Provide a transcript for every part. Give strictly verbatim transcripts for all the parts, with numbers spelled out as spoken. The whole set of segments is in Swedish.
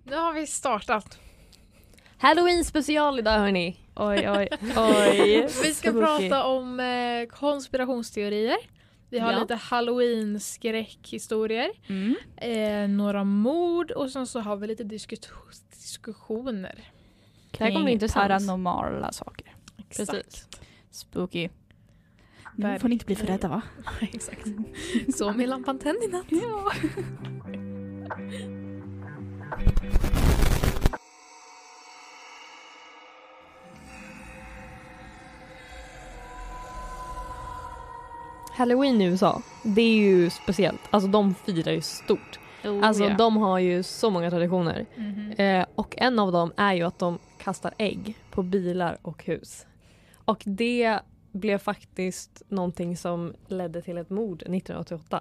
Nu har vi startat. Halloween special idag hörni. Oj, oj, oj. Vi ska prata om eh, konspirationsteorier. Vi har Ja. lite Halloween-skräckhistorier. Mm. Eh, några mord och sen så har vi lite diskus- diskussioner. Det här kommer bli intressant. Paranormala saker. Precis. Spooky. Nu får ni inte bli för rädda, va? Exakt. Så med lampan tänd i natt. Ja. Halloween i U S A, det är ju speciellt. Alltså de firar ju stort. Oh, Alltså ja. de har ju så många traditioner. Mm-hmm. Eh, och en av dem är ju att de kastar ägg på bilar och hus. Och det blev faktiskt någonting som ledde till ett mord nittonhundraåttioåtta.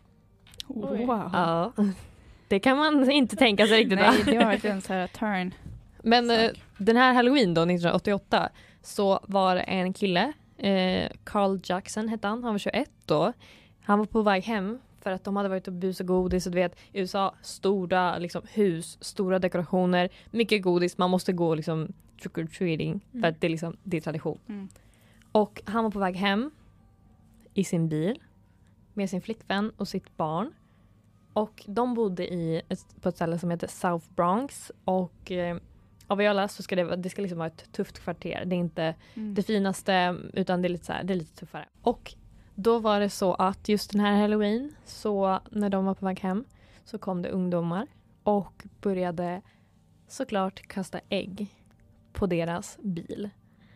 Wow. Ja. Det kan man inte tänka sig riktigt. Nej, det var verkligen så här turn. Men eh, den här Halloween då, nittonhundraåttioåtta, så var det en kille, eh, Carl Jackson hette han, han var tjugoett då. Han var på väg hem för att de hade varit och bus och godis. Och du vet, i U S A, stora liksom, hus, stora dekorationer, mycket godis. Man måste gå liksom trick or treating för Mm. att det är, liksom, det är tradition. Mm. Och han var på väg hem i sin bil med sin flickvän och sitt barn. Och de bodde i ett, på ett ställe som heter South Bronx. Och eh, av vad jag läst så ska det, vara- det ska liksom vara ett tufft kvarter. Det är inte Mm. det finaste, utan det är lite, så här, det är lite tuffare. Och då var det så att just den här Halloween, så när de var på väg hem så kom det ungdomar och började såklart kasta ägg på deras bil.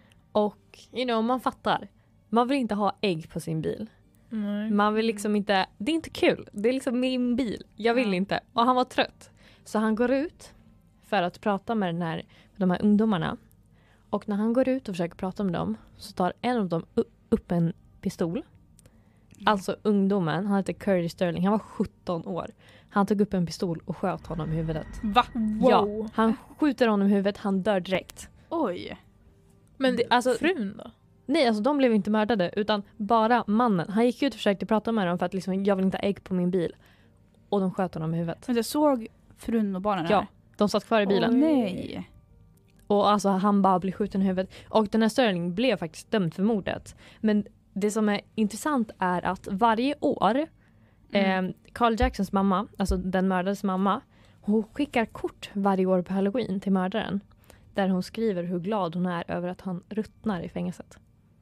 Och you know, man fattar. Man vill inte ha ägg på sin bil. Nej. Man vill liksom inte, det är inte kul. Det är liksom min bil. Jag vill Ja. inte. Och han var trött. Så han går ut för att prata med den här, de här ungdomarna. Och när han går ut och försöker prata med dem så tar en av dem u- upp en pistol. Alltså ungdomen, han heter Curtis Sterling. Han var sjutton år. Han tog upp en pistol och sköt honom i huvudet. Va? Wow. Ja, han skjuter honom i huvudet. Han dör direkt. Oj. Men Det- alltså- frun då? Nej, alltså de blev inte mördade utan bara mannen. Han gick ut och försökte prata med dem för att liksom, jag vill inte ha ägg på min bil. Och de sköt honom i huvudet. Men jag såg frun och barnen Ja, här. de satt kvar i bilen. Åh, nej. Och alltså han bara blev skjuten i huvudet. Och den här Sterling blev faktiskt dömd för mordet. Men det som är intressant är att varje år Mm. eh, Carl Jacksons mamma, alltså den mördades mamma, hon skickar kort varje år på Halloween till mördaren. Där hon skriver hur glad hon är över att han ruttnar i fängelset.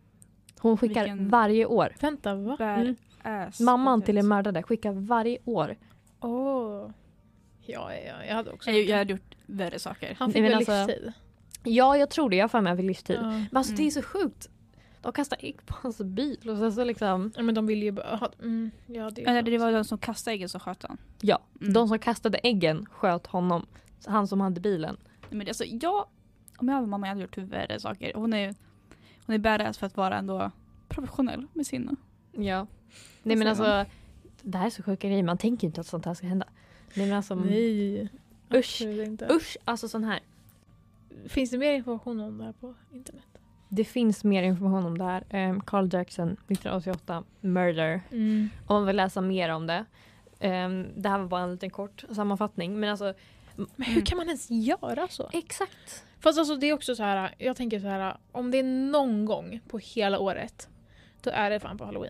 Hon skickar Vilken- varje år. Vänta, va? Bad Mm. ass. Mamman till en mördare skickar varje år. Åh. Oh. Ja, ja, ja, jag hade också... Jag, jag hade gjort värre saker. Han fick Nej, väl men alltså- livstid? Ja, jag tror det. Jag får med vid livstid. Ja. Men alltså Mm. det är så sjukt. De kastar ägg på hans bil och sen så liksom... Ja, men de vill ju bara ha... Mm, ja, det är Eller sant. det var de som kastade äggen som sköt han. Ja, Mm. de som kastade äggen sköt honom. Han som hade bilen. Nej, men alltså, jag, om jag var mamma jag hade gjort värre saker. Hon är, hon är badass för att vara ändå professionell med sin. Ja. Nej men säger alltså, det här är så sjuka grejer. Man tänker ju inte att sånt här ska hända. Nej men alltså, Nej. Usch. Absolut inte. usch, alltså sån här. Finns det mer information om det här på internet? Det finns mer information om det här. Um, Carl Jackson, nittonhundraåttioåtta, Murder. Mm. Om man vill läsa mer om det. Um, det här var bara en liten kort sammanfattning. Men alltså, Men hur kan man ens göra så? exakt. Fast alltså det är också så här, jag tänker så här, om det är någon gång på hela året, då är det fan på Halloween.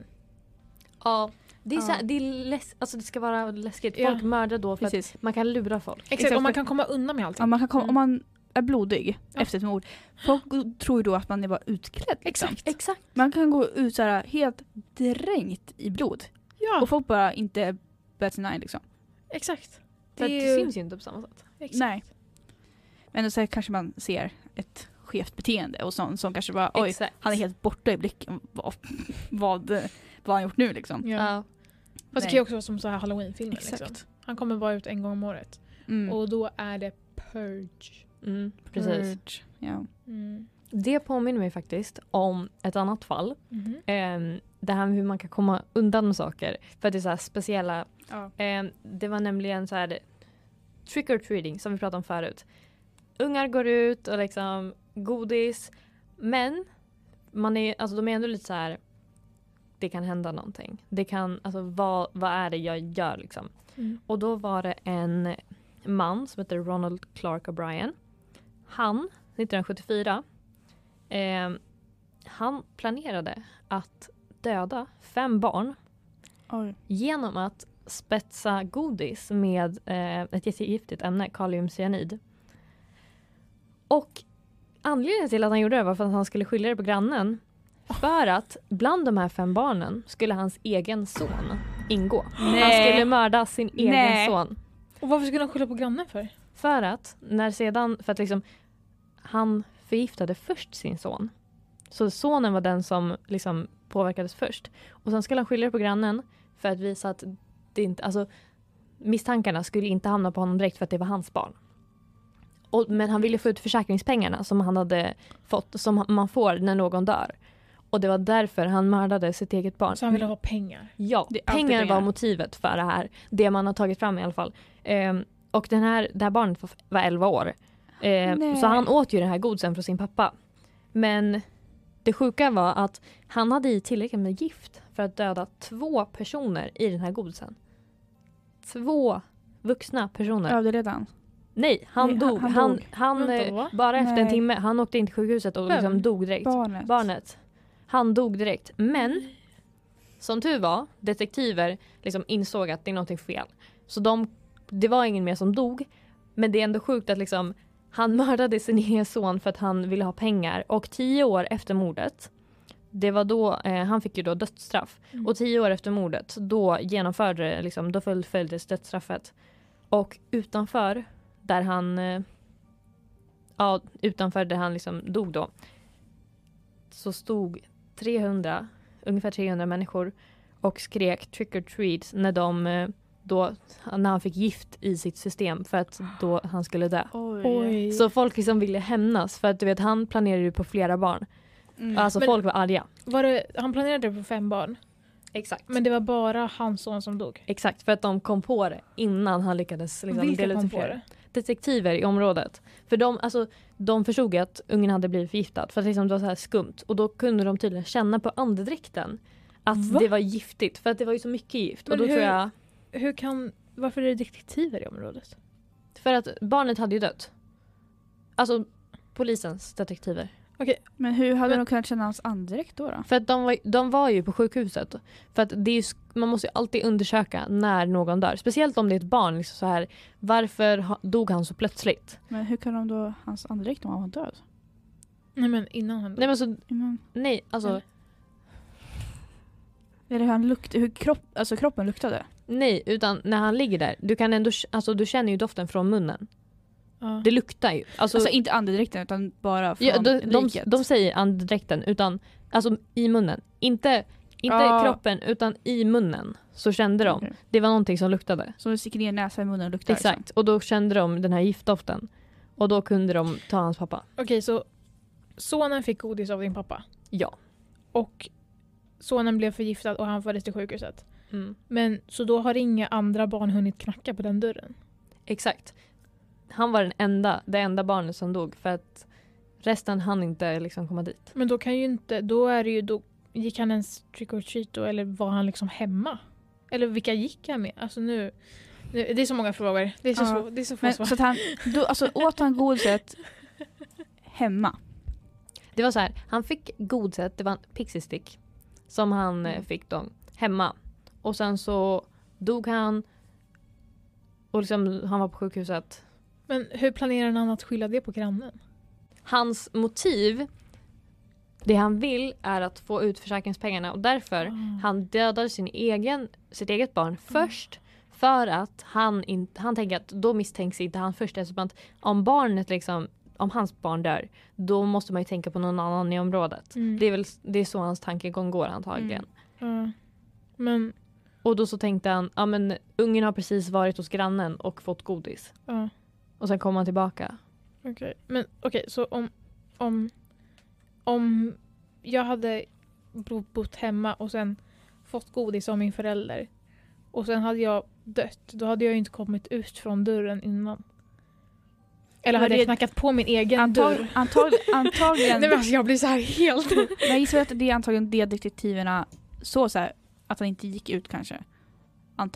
Ja. Det är, Ja. så här, det är läs- alltså det ska vara läskigt. Ja. Folk mördar då för Precis. att man kan lura folk. Exakt, Exakt. och man kan komma undan med allting. Ja, man kan komma, Mm. Om man är blodig Ja. efter ett mord. Folk tror ju då att man är bara utklädd. Liksom. Exakt. Exakt. Man kan gå ut så här helt dränkt i blod. Ja, Och folk bara inte bad sin eye liksom. exakt. För att är det ju- syns ju inte på samma sätt. Exakt. Nej. Men så här kanske man ser ett skevt beteende och sånt som kanske bara oj, Exakt. han är helt borta i blicken. Vad, vad, vad har han gjort nu liksom? Ja. Ja. Fast det Nej. kan ju också vara som så här Halloween-filmer. Exakt. Liksom. Han kommer bara ut en gång om året. Mm. Och då är det Purge. Mm, precis. Purge. Ja. Mm. Det påminner mig faktiskt om ett annat fall. Mhm. Eh, det här med hur man kan komma undan med saker. För att det är så här speciella. Ja. Eh, det var nämligen så här trick or treating som vi pratade om förut. Ungar går ut och liksom godis. Men man är, alltså de är ändå lite så här. Det kan hända någonting. Det kan, alltså vad, vad är det jag gör liksom? Mm. Och då var det en man som heter Ronald Clark O'Brien. Han, nittonhundrasjuttiofyra, eh, han planerade att döda fem barn Oj. genom att spetsa godis med eh, ett jättegiftigt ämne, kaliumcyanid. Och anledningen till att han gjorde det var för att han skulle skylla det på grannen. För att bland de här fem barnen skulle hans egen son ingå. Nej. Han skulle mörda sin egen Nej. son. Och varför skulle han skylla på grannen för? För att när sedan, för att liksom han förgiftade först sin son. Så sonen var den som liksom påverkades först. Och sen skulle han skylla det på grannen för att visa att det inte, alltså misstankarna skulle inte hamna på honom direkt för att det var hans barn. Och, men han ville få ut försäkringspengarna som han hade fått, som man får när någon dör. Och det var därför han mördade sitt eget barn. Så han ville ha pengar? Ja, Det är alltid pengar var pengar. motivet för det här. Det man har tagit fram i alla fall. Ehm, och den här, det här barnet var, var elva år. Ehm, Nej. så han åt ju den här godisen från sin pappa. Men det sjuka var att han hade i tillräckligt med gift för att döda två personer i den här godisen. Två vuxna personer. Överlevde han? Nej, han Nej, dog. han- Han, han han, dog. eh, Vänta, va? bara efter en Nej. timme. Han åkte in till sjukhuset och Vem? liksom dog direkt. Barnet. Barnet. Han dog direkt. Men som tur var, detektiver liksom insåg att det är någonting fel. Så de, det var ingen mer som dog. Men det är ändå sjukt att liksom, han mördade sin egen son för att han ville ha pengar. Och tio år efter mordet, det var då, eh, han fick ju då dödsstraff. Mm. Och tio år efter mordet, då genomförde liksom, då fullföljdes dödsstraffet. Och utanför, där han, eh, ja, utanför där han liksom dog då, så stod trehundra, ungefär trehundra människor och skrek trick or treat när de eh, då, när han fick gift i sitt system för att då han skulle dö. Oj. Oj. Så folk liksom ville hämnas för att du vet, han planerade ju på flera barn. Mm. Alltså Men- folk var arga. Var det, han planerade på fem barn. Exakt. Men det var bara hans son som dog. Exakt, för att de kom på det innan han lyckades liksom Vilka dela ut kom till på flera. det? Detektiver i området. För de, alltså, de förstod ju att ungen hade blivit förgiftad. För att liksom det var så här skumt. Och då kunde de tydligen känna på andedräkten att Va? det var giftigt. För att det var ju så mycket gift. Men och då hur- tror jag... Hur kan, varför är det detektiver i området? För att barnet hade ju dött. Alltså polisens detektiver. Men hur hade Men- de kunnat känna hans andedräkt då? då? För att de var, de var ju på sjukhuset. För att det är ju, man måste ju alltid undersöka när någon dör. Speciellt om det är ett barn. Liksom så här, varför ha, dog han så plötsligt? Men hur kan de då hans andedräkt om han var död? Nej men innan han dog. Nej men så, Men, nej alltså... Eller? är det hur han lukt, hur kropp, alltså kroppen luktade? Nej, utan när han ligger där. Du kan ändå, alltså du känner ju doften från munnen. Ja. Det luktar ju. Alltså, Alltså inte andedräkten utan bara från ja, de, de, liket. de säger andedräkten utan alltså i munnen. Inte, inte Ja. kroppen utan i munnen. Så kände de. Okej. Det var någonting som luktade. Så du sticker ner näsan i munnen och luktar. Exakt. Och då kände de den här giftdoften. Och då kunde de ta hans pappa. Okej, så sonen fick godis av din pappa. Ja. Och sonen blev förgiftad och han fördes till sjukhuset. Mm. Men så då har inga andra barn hunnit knacka på den dörren? Exakt. Han var den enda, det enda barnet som dog. För att resten hann inte liksom komma dit. Men då kan ju inte, då är det ju, då gick han ens trick or treat då, eller var han liksom hemma? Eller vilka gick han med? Alltså nu, nu det är så många frågor. Det är så, Ja. svår, det är så få Men, svar. så att han, då, alltså åt han godiset hemma? Det var så här, han fick godset, det var en pixie stick som han eh, Mm. fick då hemma. Och sen så dog han och liksom, han var på sjukhuset. Men hur planerar han att skylla det på grannen? Hans motiv, det han vill är att få ut försäkringspengarna och därför Ah. han dödar sin egen, sitt eget barn först för att han, in, han tänker att då misstänks inte han först eftersom att om barnet liksom, om hans barn dör då måste man ju tänka på någon annan i området. Mm. Det är väl det är så hans tankegång går antagligen. Ja. Men, Och då så tänkte han, ja men ungen har precis varit hos grannen och fått godis. ja. Och sen kom han tillbaka. Okej, men okej, så om, om, om jag hade bo- bott hemma och sen fått godis av min förälder och sen hade jag dött, då hade jag ju inte kommit ut från dörren innan. Eller Men hade det- jag knackat på min egen Antag, dörr. antag, antagligen, Nej men alltså jag blir så här helt... jag gissar att det är antagligen det detektiverna så så här, att han inte gick ut kanske. Antar jag.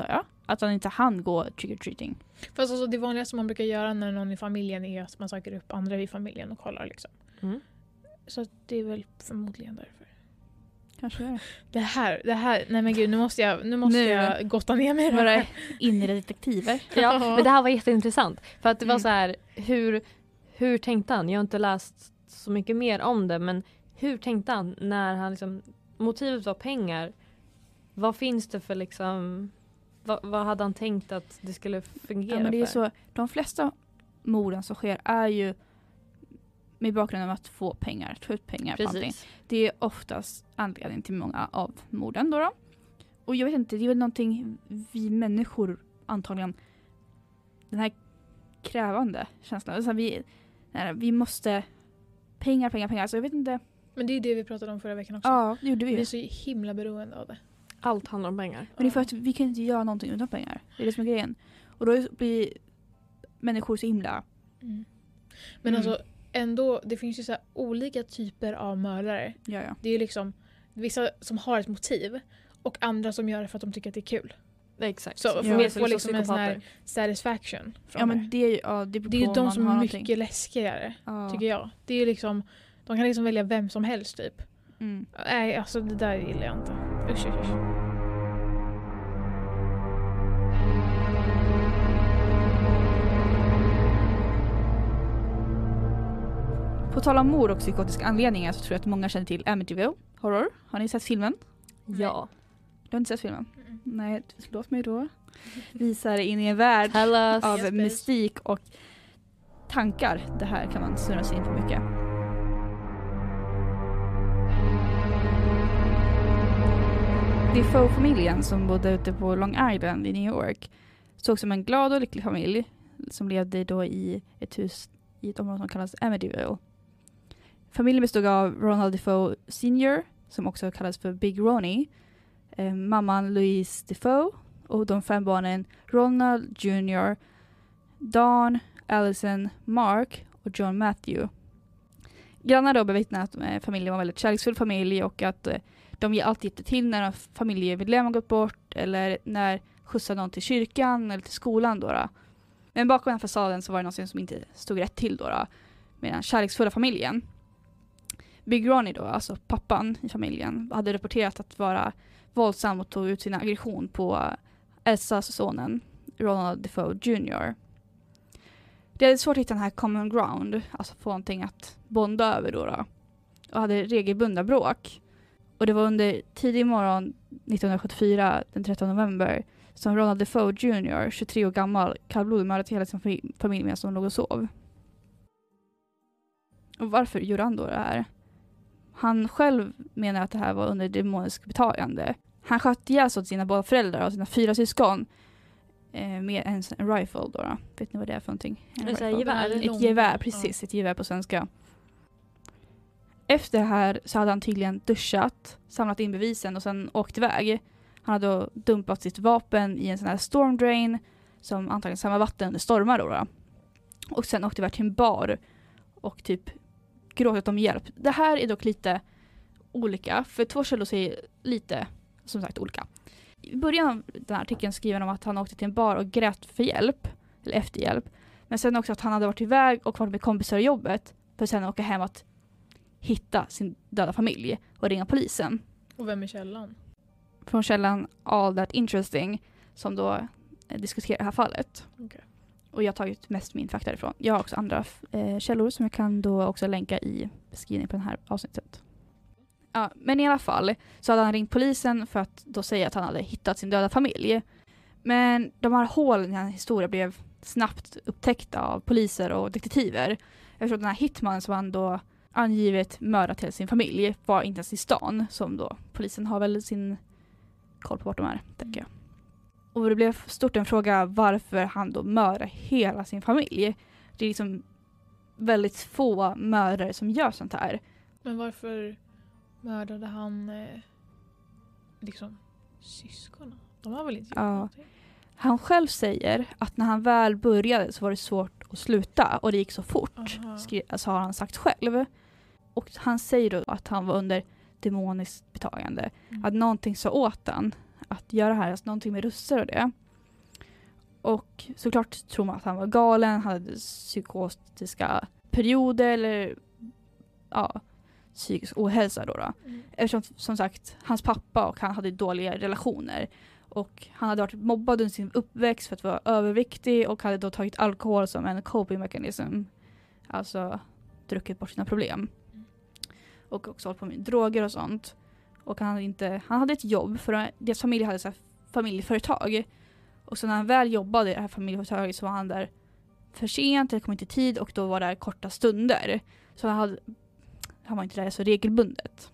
att han inte hann gå trick-or-treating. Fast alltså det vanligaste man brukar göra när någon i familjen är att man söker upp andra i familjen och kollar liksom. Mm. Så det är väl förmodligen därför. Kanske är det. Det här, det här, nej men gud, nu måste jag, nu måste Nu. jag gotta ner mig i det Våra här. inre detektiver. Ja, men det här var jätteintressant. För att det var Mm. så här, hur, hur tänkte han? Jag har inte läst så mycket mer om det, men hur tänkte han när han liksom, motivet var pengar? Vad finns det för liksom, vad, vad hade han tänkt att det skulle fungera Ja, men det är för? så, de flesta morden som sker är ju med bakgrund av att få pengar, ta ut pengar på allting. Precis. Det är oftast anledningen till många av morden då, då. Och jag vet inte, det är väl någonting vi människor antagligen, den här krävande känslan. Alltså vi, nej, vi måste pengar, pengar, pengar. Så jag vet inte. Men det är det vi pratade om förra veckan också. Ja, det gjorde vi Vi är ju. så himla beroende av det. Allt handlar om pengar. Men det är för att vi kan inte göra någonting utan pengar. Det är det som är grejen. Och då blir människor så himla... Mm. Men Mm. alltså ändå, det finns ju så här olika typer av mördare. Ja, ja. Det är ju liksom vissa som har ett motiv och andra som gör det för att de tycker att det är kul. Exakt. Så Ja. får Mer få liksom en sån här psykopater. satisfaction från Ja, det. men det är ju... Ja, det, Det är ju de som är mycket läskigare, ja. tycker jag. Det är ju liksom, de kan liksom välja vem som helst typ. Mm. Nej, alltså det där gillar jag inte. Usch, usch, usch. På tal om mord och psykotiska anledningar så tror jag att många känner till Amityville Horror. Har ni sett filmen? Ja. Du har inte sett filmen? Mm. Nej, förlåt mig då. Visar in i en värld Tell us. av Yes, please. mystik och tankar. Det här kan man snurra sig in på mycket. Defoe-familjen som bodde ute på Long Island i New York såg som en glad och lycklig familj som levde då i ett hus i ett område som kallas Amityville. Familjen bestod av Ronald Defoe senior som också kallas för Big Ronnie, eh, mamman Louise Defoe och de fem barnen Ronald junior, Dawn, Allison, Mark och John Matthew. Grannar då bevittnade att eh, familjen var en väldigt kärleksfull familj och att eh, de ger alltid hjälpte till när en familjemedlem gått bort eller när skjutsade någon till kyrkan eller till skolan då. då. Men bakom den här fasaden så var det något som inte stod rätt till då, då med den kärleksfulla familjen. Big Ronnie då, alltså pappan i familjen, hade rapporterat att vara våldsam och tog ut sin aggression på Elsas sonen, Ronald Defoe junior Det är svårt att hitta den här common ground, alltså få någonting att bonda över då, då och hade regelbundna bråk. Och det var under tidig morgon nittonhundrasjuttiofyra, den trettonde november, som Ronald Defoe junior, tjugotre år gammal, kallblodig mördade hela sin fami- familj medan de låg och sov. Och varför gjorde han då det här? Han själv menar att det här var under demonisk betagande. Han sköt ihjäl åt sina båda föräldrar och sina fyra syskon eh, med en, en rifle då, då. Vet ni vad det är för någonting? En Är det så här rifle. gevär? Ett gevär, precis. Ett gevär på svenska. Efter det här så hade han tydligen duschat, samlat in bevisen och sen åkt iväg. Han hade då dumpat sitt vapen i en sån här storm drain som antagligen samma vatten under stormar då, då. Och sen åkte iväg till en bar och typ gråtit om hjälp. Det här är dock lite olika, för två källor säger lite, som sagt, olika. I början av den här artikeln skriver de att han åkte till en bar och grät för hjälp, eller efter hjälp. Men sen också att han hade varit iväg och varit med kompisar i jobbet för att sen åka hem att hitta sin döda familj och ringa polisen. Och vem är källan? Från källan All That Interesting som då eh, diskuterar det här fallet. Okay. Och jag har tagit mest min fakta ifrån. Jag har också andra eh, källor som jag kan då också länka i beskrivningen på den här avsnittet. Ja, men i alla fall så hade han ringt polisen för att då säga att han hade hittat sin döda familj. Men de här hålen i hans historia blev snabbt upptäckta av poliser och detektiver. Eftersom den här hitman som han då angivit mördat till sin familj var inte ens i stan, som då polisen har väl sin koll på vart de är, tänker jag. Och det blev stort en fråga varför han då mördar hela sin familj. Det är liksom väldigt få mördare som gör sånt här. Men varför mördade han eh, liksom syskonen? De har väl inte gjort Ja. någonting? Han själv säger att när han väl började så var det svårt att sluta och det gick så fort, Aha. skri- alltså har han sagt själv. Och han säger då att han var under demoniskt betagande. Mm. Att någonting sa åt han att göra det här, alltså någonting med röster och det. Och såklart tror man att han var galen, han hade psykotiska perioder eller ja, psykisk ohälsa då. då. Mm. Eftersom som sagt, hans pappa och han hade dåliga relationer. Och han hade varit mobbad under sin uppväxt för att vara överviktig och hade då tagit alkohol som en coping mechanism. Alltså druckit bort sina problem. Mm. Och också hållit på med droger och sånt. Och han hade, inte, han hade ett jobb för deras familj hade så här familjeföretag. Och så när han väl jobbade i det här familjeföretaget så var han där för sent, eller kom inte i tid och då var det korta stunder. Så han, hade, han var inte där så regelbundet.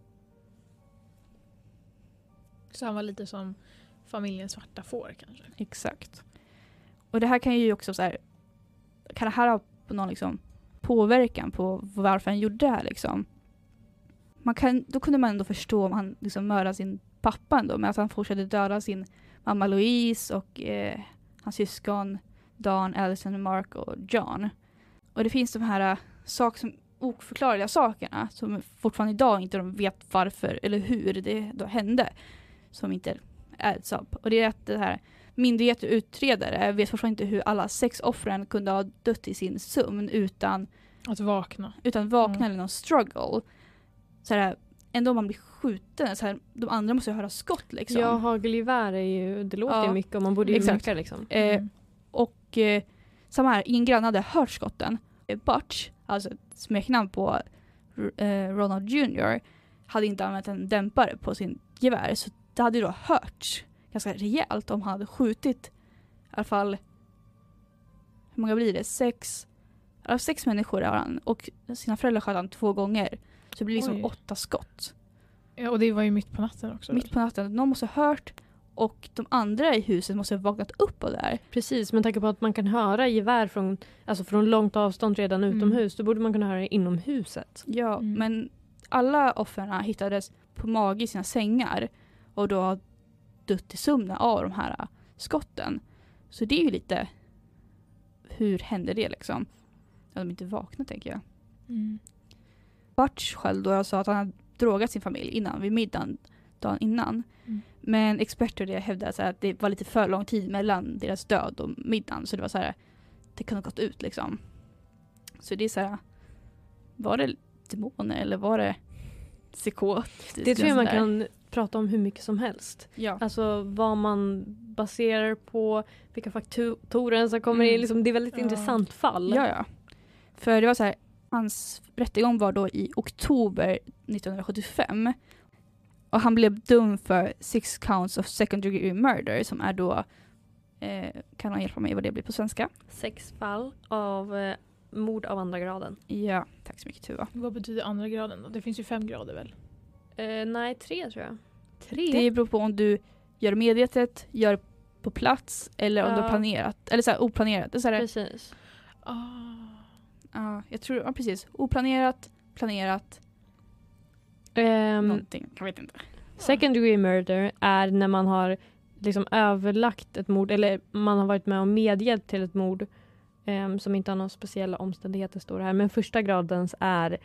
Så han var lite som familjens svarta får kanske. Exakt. Och det här kan ju också så här, kan det här ha någon liksom påverkan på varför han gjorde det här liksom? Man kan, då kunde man ändå förstå om han liksom mördade sin pappa ändå, men att han fortsatte döda sin mamma Louise och eh, hans syskon Dawn, Allison, Mark och John. Och det finns de här uh, saker som oförklarliga sakerna som fortfarande idag inte de vet varför eller hur det då hände, som inte adds up. Och det är att det här myndigheter och utredare vet fortfarande inte hur alla sex offren kunde ha dött i sin sömn utan Att vakna. utan vakna Mm. eller någon struggle. Så här, ändå om man blir skjuten så här, de andra måste ju höra skott liksom. Ja, hagelgevär är ju, det låter Ja, ju mycket och man borde ju exakt. märka liksom. Eh, Mm. och eh, samma här, ingen granne hade hört skotten. Eh, Butch, alltså ett smeknamn på eh, Ronald junior, hade inte använt en dämpare på sin gevär, så det hade ju då hörts ganska rejält om han hade skjutit i alla fall, hur många blir det? Sex, alla sex människor har han, och sina föräldrar sköt han två gånger. Så det blir liksom Oj. åtta skott. Ja, och det var ju mitt på natten också. Mitt på natten. Någon måste ha hört och de andra i huset måste ha vaknat upp och där. Precis, men tanke på att man kan höra gevär från, alltså från långt avstånd redan Mm. utomhus, då borde man kunna höra det inom huset. Ja, Mm. men alla offren hittades på mage i sina sängar och då har dött i sömnen av de här skotten. Så det är ju lite, hur hände det liksom? Att de inte vaknade, tänker jag. Mm. Butch själv då sa att han hade drogat sin familj innan, vid middagen dagen innan. Mm. Men experter det hävdade så här att det var lite för lång tid mellan deras död och middagen, så det var så här, det kunde ha gått ut liksom. Så det är så här, var det demoner eller var det psykot? Det tror jag man kan prata om hur mycket som helst. Ja. Alltså vad man baserar på, vilka faktorer som kommer Mm. in. Liksom, det är väldigt Ja. intressant fall. Ja, ja. För det var så här, hans rättegång var då i oktober nittonhundrasjuttiofem. Och han blev dömd för six counts of second degree murder, som är då, eh, kan man hjälpa mig vad det blir på svenska? Sex fall av eh, mord av andra graden. Ja, tack så mycket Tuva. Vad betyder andra graden då? Det finns ju fem grader väl? Eh, nej, tre tror jag. Tre? Det beror på om du gör medvetet, gör på plats eller om Ja. du har planerat. Eller så här oplanerat. Det är så här, Precis. Ah. ja, jag tror, ja precis. Oplanerat, planerat, Ehm, någonting. Jag vet inte. second degree murder är när man har liksom överlagt ett mord, eller man har varit med och medhjälpt till ett mord ehm, som inte har några speciella omständigheter, står det här. Men första gradens är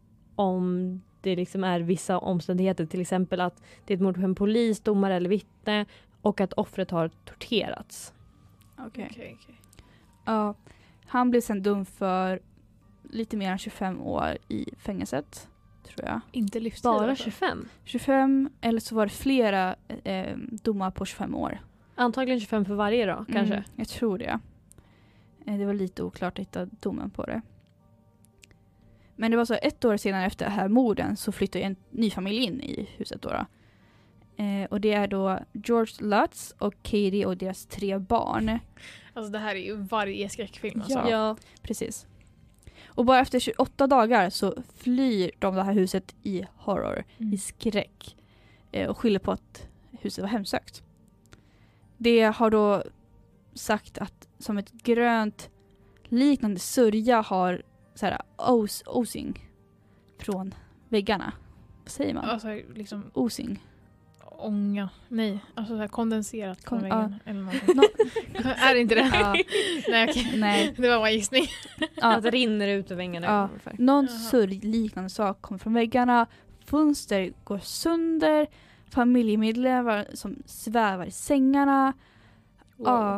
om det liksom är vissa omständigheter, till exempel att det är ett mord på en polis, domare eller vittne och att offret har torterats. Okej. Okej, okej. Ja, han blev sen dömd för lite mer än tjugofem år i fängelset, tror jag. Inte livstid Bara alltså. tjugofem? tjugofem, eller så var det flera eh, domar på tjugofem år. Antagligen tjugofem för varje då, kanske. Mm, jag tror det. Eh, det var lite oklart att hitta domen på det. Men det var så ett år senare efter det här morden så flyttade en ny familj in i huset då. då. Eh, och det är då George Lutz och Katie och deras tre barn. Alltså det här är ju varje skräckfilm alltså. Ja. Ja. Precis. Och bara efter tjugoåtta dagar så flyr de det här huset i horror, Mm. i skräck. Eh, och skyller på att huset var hemsökt. Det har då sagt att som ett grönt liknande sörja har så här os, osing från väggarna. Vad säger man? Alltså liksom Osing. ånga. Nej, alltså så här kondenserat på Kon- väggen. Eller något sånt. Är det inte det? Ja. Nej, okej. Nej. Det var bara en gissning. Ja, Att det rinner ut ur väggarna. Ja. ungefär. någon Jaha. sörj liknande sak kommer från väggarna. Fönster går sönder. Familjemedlemmar som svävar i sängarna. Wow. Ja,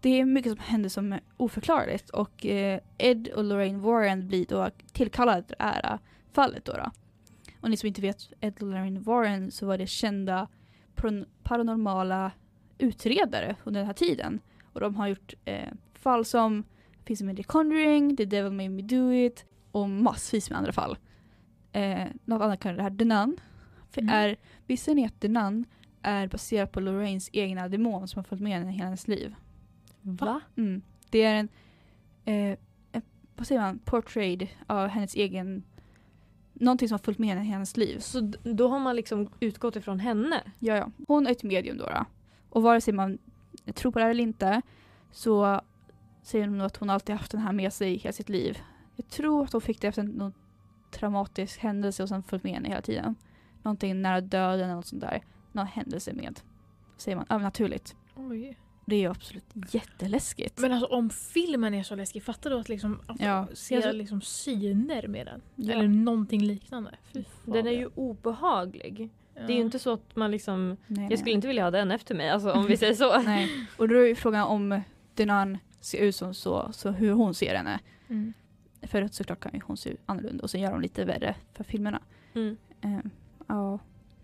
det är mycket som händer som är oförklarligt. Och eh, Ed och Lorraine Warren blir då tillkallade till det här fallet. Då, då. Och ni som inte vet Ed och Lorraine Warren, så var det kända paranormala utredare under den här tiden. Och de har gjort eh, fall som finns med The Conjuring, The Devil Made Me Do It och massvis med andra fall. Eh, något annat kan det här The Nun. För Mm. är, visste ni att The Nun är baserad på Lorraines egna demon som har följt med henne hela hennes liv? Va? Mm. Det är en, eh, en, vad säger man, portrait av hennes egen, någonting som har följt med henne hela hennes liv. Så d- då har man liksom utgått ifrån henne? Ja, ja. Hon är ett medium då, då. Och vare sig man tror på det här eller inte, så säger hon att hon alltid haft den här med sig hela sitt liv. Jag tror att hon fick det efter någon traumatisk händelse och sen följt med henne hela tiden. Någonting nära döden eller något sånt där. Någon händelse med, säger man, övernaturligt. Oj. Det är ju absolut jätteläskigt. Men alltså om filmen är så läskig, fattar du att liksom att Ja. se Alltså- liksom syner med den? Ja. Eller någonting liknande. Fy fan. Den är ju obehaglig. Ja. Det är ju inte så att man liksom... Nej, nej. Jag skulle inte vilja ha den efter mig, alltså, om vi säger så. Nej. Och då är ju frågan om den annan ser ut som så, så hur hon ser henne. Mm. För att såklart kan ju hon se annorlunda och sen gör de lite värre för filmerna. Mm. Eh, Ja.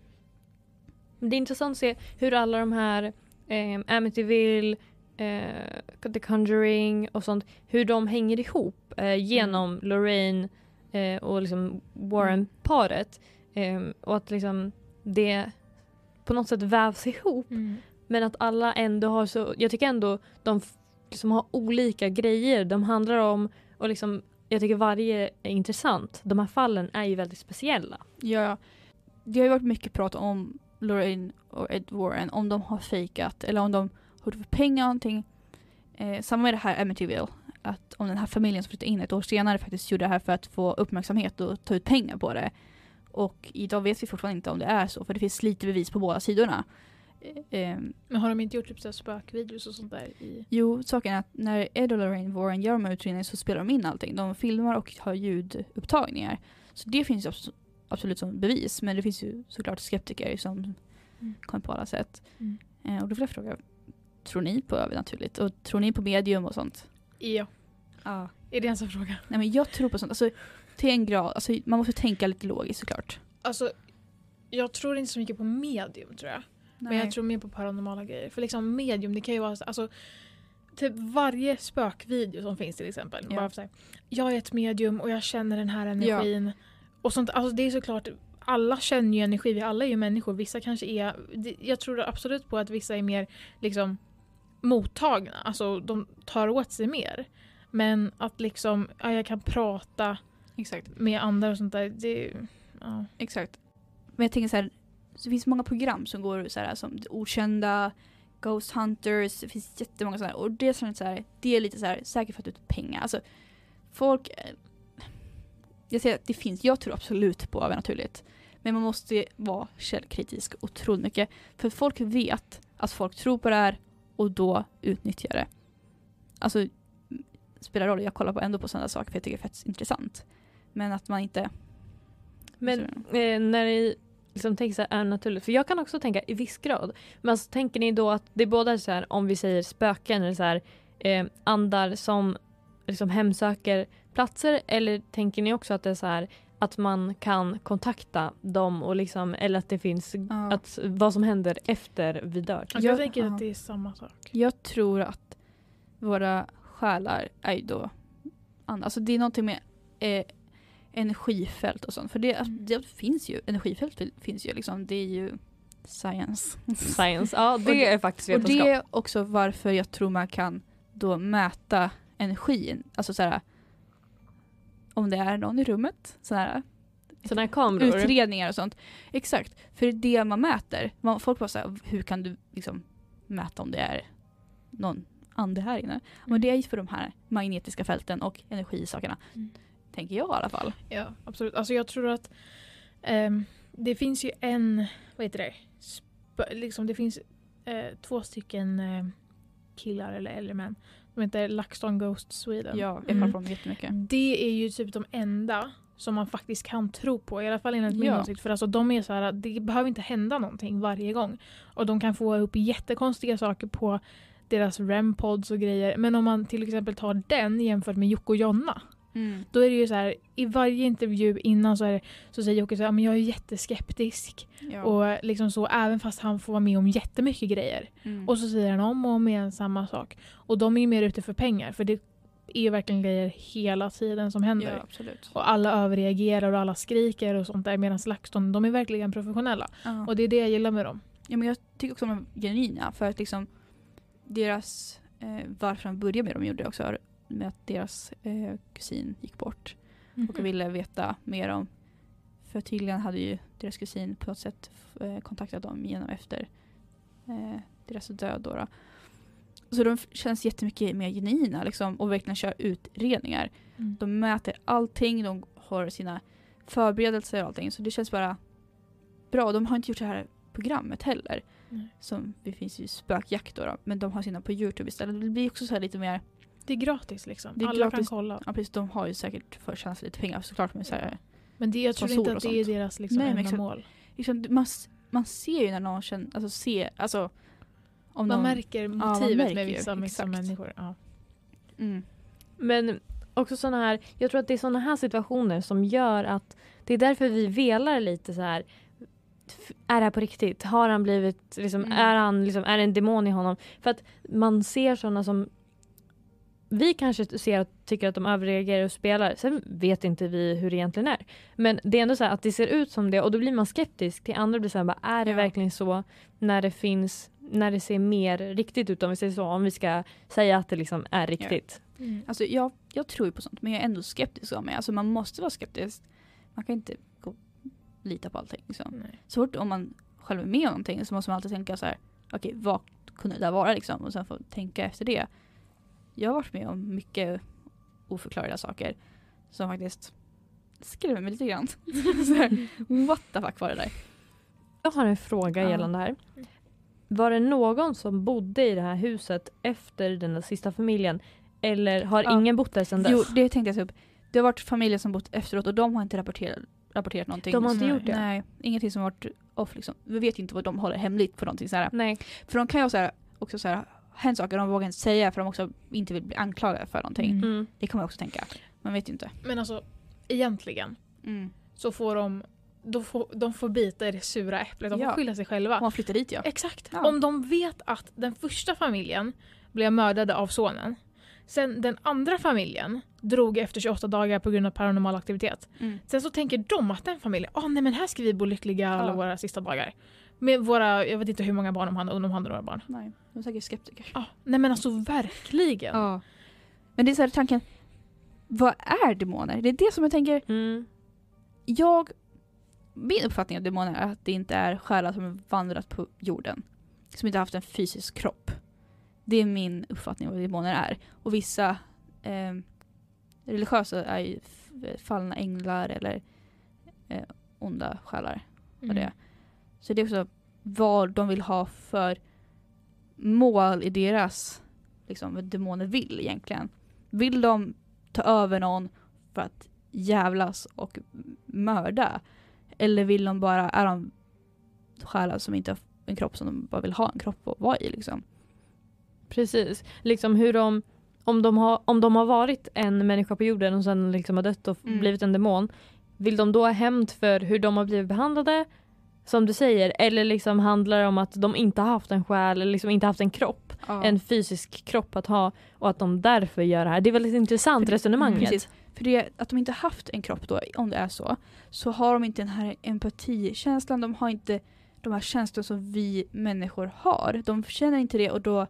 Men det är intressant att se hur alla de här eh, Amityville, eh, The Conjuring och sånt, hur de hänger ihop eh, genom Mm. Lorraine eh, och liksom Warren-paret. Eh, och att liksom det på något sätt vävs ihop. Mm. Men att alla ändå har så... Jag tycker ändå de f- liksom har olika grejer de handlar om. Och liksom, jag tycker varje är intressant. De här fallen är ju väldigt speciella. Ja, det har ju varit mycket prat om Lorraine och Ed Warren, om de har fejkat eller om de har för pengar någonting. Eh, samma med det här Amityville, att om den här familjen som flyttade in ett år senare faktiskt gjorde det här för att få uppmärksamhet och ta ut pengar på det. Och idag vet vi fortfarande inte om det är så, för det finns lite bevis på båda sidorna. Eh, eh, Men har de inte gjort typ så här spökvideos och sånt där i... jo, saken är att när Ed och Lorraine Warren gör de här utredningarna så spelar de in allting. De filmar och har ljudupptagningar. Så det finns ju abs- absolut som bevis. Men det finns ju såklart skeptiker som Mm. kommer på alla sätt. Mm. Eh, och då vill jag fråga, tror ni på övernaturligt? Och tror ni på medium och sånt? Ja. Ja. Är det ens en fråga? Nej, men jag tror på sånt. Alltså, till en grad. Alltså, man måste tänka lite logiskt såklart. Alltså, jag tror inte så mycket på medium, tror jag. Men jag tror mer på paranormala grejer. För liksom medium, det kan ju vara... Alltså, typ varje spökvideo som finns till exempel. Ja. Bara för så här, jag är ett medium och jag känner den här energin. Och sånt, alltså det är såklart... Alla känner ju energi, vi alla är ju människor. Vissa kanske är... det- Jag tror absolut på att vissa är mer liksom mottagna. Alltså de tar åt sig mer. Men att liksom, ja, jag kan prata Exakt. med andra och sånt där, det... Ja. Exakt. Men jag tänker så här, det finns många program som går så här som Okända, Ghost Hunters, det finns jättemånga sådana. Och det är, så här, det är lite så här säkert för att ut pengar. Alltså, folk... Jag säger att det finns, jag tror absolut på övernaturligt. Men man måste vara källkritisk otroligt mycket. För folk vet att folk tror på det här och då utnyttjar det. Alltså, spelar roll, jag kollar på ändå på sådana saker för jag tycker det är faktiskt intressant. Men att man inte... Men eh, när ni liksom tänker så här, är naturligt, för jag kan också tänka i viss grad, men alltså, tänker ni då att det är både så här, om vi säger spöken eller så här, eh, andar som liksom hemsöker platser, eller tänker ni också att det är så här att man kan kontakta dem och liksom, eller att det finns Ja. att, vad som händer efter vi dör? Alltså, jag Jag- tänker ja. att det är samma sak. Jag tror att våra själar är ju då andra. Alltså det är någonting med eh, energifält och sånt. För det, Mm. det finns ju, energifält finns ju liksom. Det är ju science. Science, ja det Och det- är faktiskt Och vetenskap. det är också varför jag tror man kan då mäta energin. Alltså så här, om det är någon i rummet. Så här, Sådana här kameror. utredningar och sånt. Exakt. För det är det man mäter. Man, folk bara så här, hur kan du liksom mäta om det är någon ande här inne? Men det är ju för de här magnetiska fälten och energisakerna. Mm. Tänker jag i alla fall. Ja, absolut. Alltså jag tror att ehm, det finns ju en, vad heter det? Sp- liksom det finns eh, två stycken eh, killar eller äldre män. De heter LaxTon Ghost Sweden. Ja, jag Mm. kollar på dem jättemycket. Det är ju typ de enda som man faktiskt kan tro på. I alla fall enligt min Ja. åsikt. För alltså de är så här, det behöver inte hända någonting varje gång. Och de kan få upp jättekonstiga saker på deras R E M-pods och grejer. Men om man till exempel tar den jämfört med Jocke och Jonna. Mm. Då är det ju så här, i varje intervju innan så, är det, så säger Jocke så här, men jag är jätteskeptisk. Ja. Och liksom så, även fast han får vara med om jättemycket grejer. Mm. Och så säger han om och om igen samma sak. Och de är ju mer ute för pengar. För det är ju verkligen grejer hela tiden som händer. Ja, absolut. Och alla överreagerar och alla skriker och sånt där. Medan LaxTon, de är verkligen professionella. Ja. Och det är det jag gillar med dem. Ja, men jag tycker också att de är genuina. För att liksom deras, eh, varför de började med de gjorde också med att deras eh, kusin gick bort. Mm. Och ville veta mer om. För tydligen hade ju deras kusin på något sätt eh, kontaktat dem genom efter eh, deras död. Då, då. Så de känns jättemycket mer genuina liksom, och verkligen kör utredningar. Mm. De mäter allting, de har sina förberedelser och allting. Så det känns bara bra. De har inte gjort det här programmet heller. Nej. Som det finns ju Spökjakt då, då. Men de har sina på YouTube istället. Det blir också så här lite mer. Det är gratis liksom. Det är alla gratis. kan kolla. Ja, precis, de har ju säkert för tjänst lite pengar såklart. Men så här, Men det, jag tror Sponsor inte och att det är sånt. deras liksom, Nej, men enda exakt. mål. liksom, man, man ser ju när någon känner, alltså ser, alltså om Man någon, märker man motivet märker med ju, vissa, vissa exakt. människor. Ja. mm. Men också såna här, jag tror att det är såna här situationer som gör att det är därför vi velar lite så här. F- Är det här på riktigt? Har han blivit liksom, Mm. är han liksom, är det en demon i honom? För att man ser såna som vi kanske ser att, tycker att de överreagerar och spelar. Sen vet inte vi hur det egentligen är. Men det är ändå så här att det ser ut som det. Och då blir man skeptisk till andra. Blir så här, bara, är det Ja. verkligen så när det finns, när det ser mer riktigt ut? Om vi säger så. Om vi ska säga att det liksom är riktigt. Mm. Alltså jag, jag tror ju på sånt, men jag är ändå skeptisk av mig. Alltså man måste vara skeptisk. Man kan inte gå, lita på allting. Liksom. Nej. Så fort om man själv är med om någonting så måste man alltid tänka så här, okej, okay, vad kunde det där vara liksom? Och sen få tänka efter det. Jag har varit med om mycket oförklarliga saker som faktiskt skrämmer mig lite grann. Så här, what the fuck var det där? Jag har en fråga Ja. gällande det här. Var det någon som bodde i det här huset efter den där sista familjen? Eller har Ja. ingen bott där sedan dess? Jo, det tänkte jag ta upp. Det har varit familjer som bott efteråt och de har inte rapporterat, rapporterat någonting. De har inte Så- gjort det? Nej, ingenting som har varit off liksom. Vi vet ju inte vad de håller hemligt på någonting så här. Nej. För de kan ju också, så här, också så här, hänt saker de vågar inte säga för de också inte vill bli anklagade för någonting. Mm. Mm. Det kan man också tänka. Man vet ju inte. Men alltså, egentligen Mm. så får de, då får, de får bita i det sura äpplet. De får Ja. skylla sig själva. Om man flyttar dit, ja. Exakt. Ja. Om de vet att den första familjen blev mördade av sonen. Sen den andra familjen drog efter tjugoåtta dagar på grund av paranormal aktivitet. Mm. Sen så tänker de att den familjen, åh nej men här ska vi bo lyckliga alla Ja. våra sista dagar. Med våra, jag vet inte hur många barn de hade, om de hade några barn. Nej, de är säkert skeptiker. Ja, nej men alltså verkligen. Ja. Men det är så här tanken, vad är demoner? Det är det som jag tänker, Mm. jag, min uppfattning av demoner är att det inte är själar som har vandrat på jorden. Som inte har haft en fysisk kropp. Det är min uppfattning av vad demoner är. Och vissa eh, religiösa är ju f- fallna änglar eller eh, onda själar. Mm. Det. Så det är också vad de vill ha för mål i deras, liksom vad demoner vill egentligen. Vill de ta över någon för att jävlas och mörda? Eller vill de bara, är de själar som inte har en kropp som de bara vill ha en kropp att vara i liksom? Precis. Liksom hur de, om de har, om de har varit en människa på jorden och sen liksom har dött och Mm. blivit en demon, vill de då ha hämnd för hur de har blivit behandlade, som du säger, eller liksom handlar det om att de inte har haft en själ eller liksom inte haft en kropp, Ja. en fysisk kropp att ha, och att de därför gör det här. Det är väldigt intressant För- resonemanget. Mm, precis. För det, att de inte haft en kropp då, om det är så, så har de inte den här empatikänslan, de har inte de här känslor som vi människor har. De känner inte det och då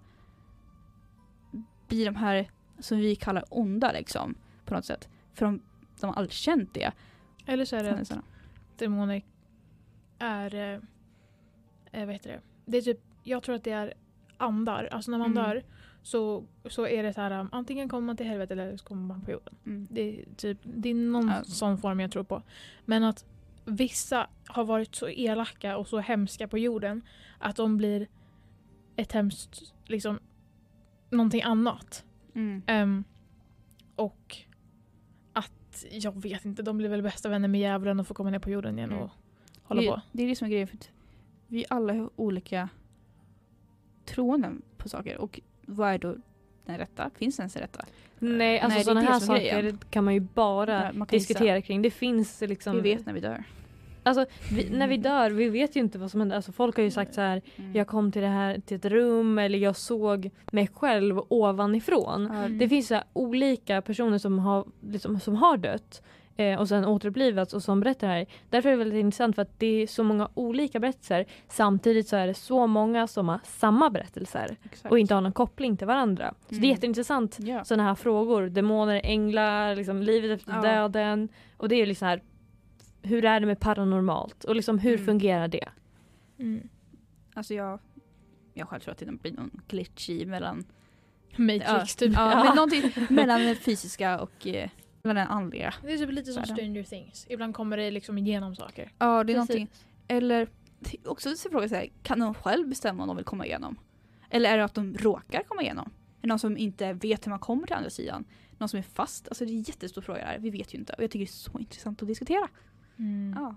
blir de här som vi kallar onda liksom, på något sätt. För de, de har aldrig känt det. Eller så är det att Händelserna. demoner är, eh, eh, vad heter det? Det är typ, jag tror att det är andar. Alltså när man Mm. dör så, så är det så här, um, antingen kommer man till helvetet eller så kommer man på jorden. Mm. Det är, typ, det är någon Ja. sån form jag tror på. Men att vissa har varit så elaka och så hemska på jorden att de blir ett hemskt, liksom, någonting annat. Mm. Ehm, och att, jag vet inte, de blir väl bästa vänner med djävulen och får komma ner på jorden igen Mm. och hålla det, på. det är det som är grejen, för att vi alla har olika troenden på saker. Och vad är då den rätta? Finns det ens en rätta? Nej, alltså Nej, det är sådana det här som är saker grejen. kan man ju bara Ja, man kan diskutera gissa. kring. Det finns liksom... Vi vet när vi dör. Alltså, vi, när vi dör, vi vet ju inte vad som händer. Alltså, folk har ju sagt så här, Mm. jag kom till det här till ett rum eller jag såg mig själv ovanifrån. Ja, Mm. Det finns så här olika personer som har, liksom, som har dött eh, och sen återupplivats och som berättar det här. Därför är det väldigt intressant för att det är så många olika berättelser. Samtidigt så är det så många som har samma berättelser exakt. och inte har någon koppling till varandra. Så det är Mm. jätteintressant. Ja. Sådana här frågor, demoner, änglar, liksom livet efter Ja. döden. Och det är ju liksom här, hur är det med paranormalt? Och liksom hur Mm. fungerar det? Mm. Alltså jag, jag själv tror att det blir någon glitch i mellan, Matrix ja, typ. ja, Ja. men någonting mellan det fysiska och eh, mellan den andliga. Det är typ lite som Världen. Stranger Things. Ibland kommer det liksom igenom saker. Ja, det är Precis. någonting. Eller t- också så fråga sig, kan de själv bestämma om de vill komma igenom? Eller är det att de råkar komma igenom? Är det någon som inte vet hur man kommer till andra sidan? Någon som är fast? Alltså det är en jättestor fråga där. Vi vet ju inte. Och jag tycker det är så intressant att diskutera. Mm. Ja.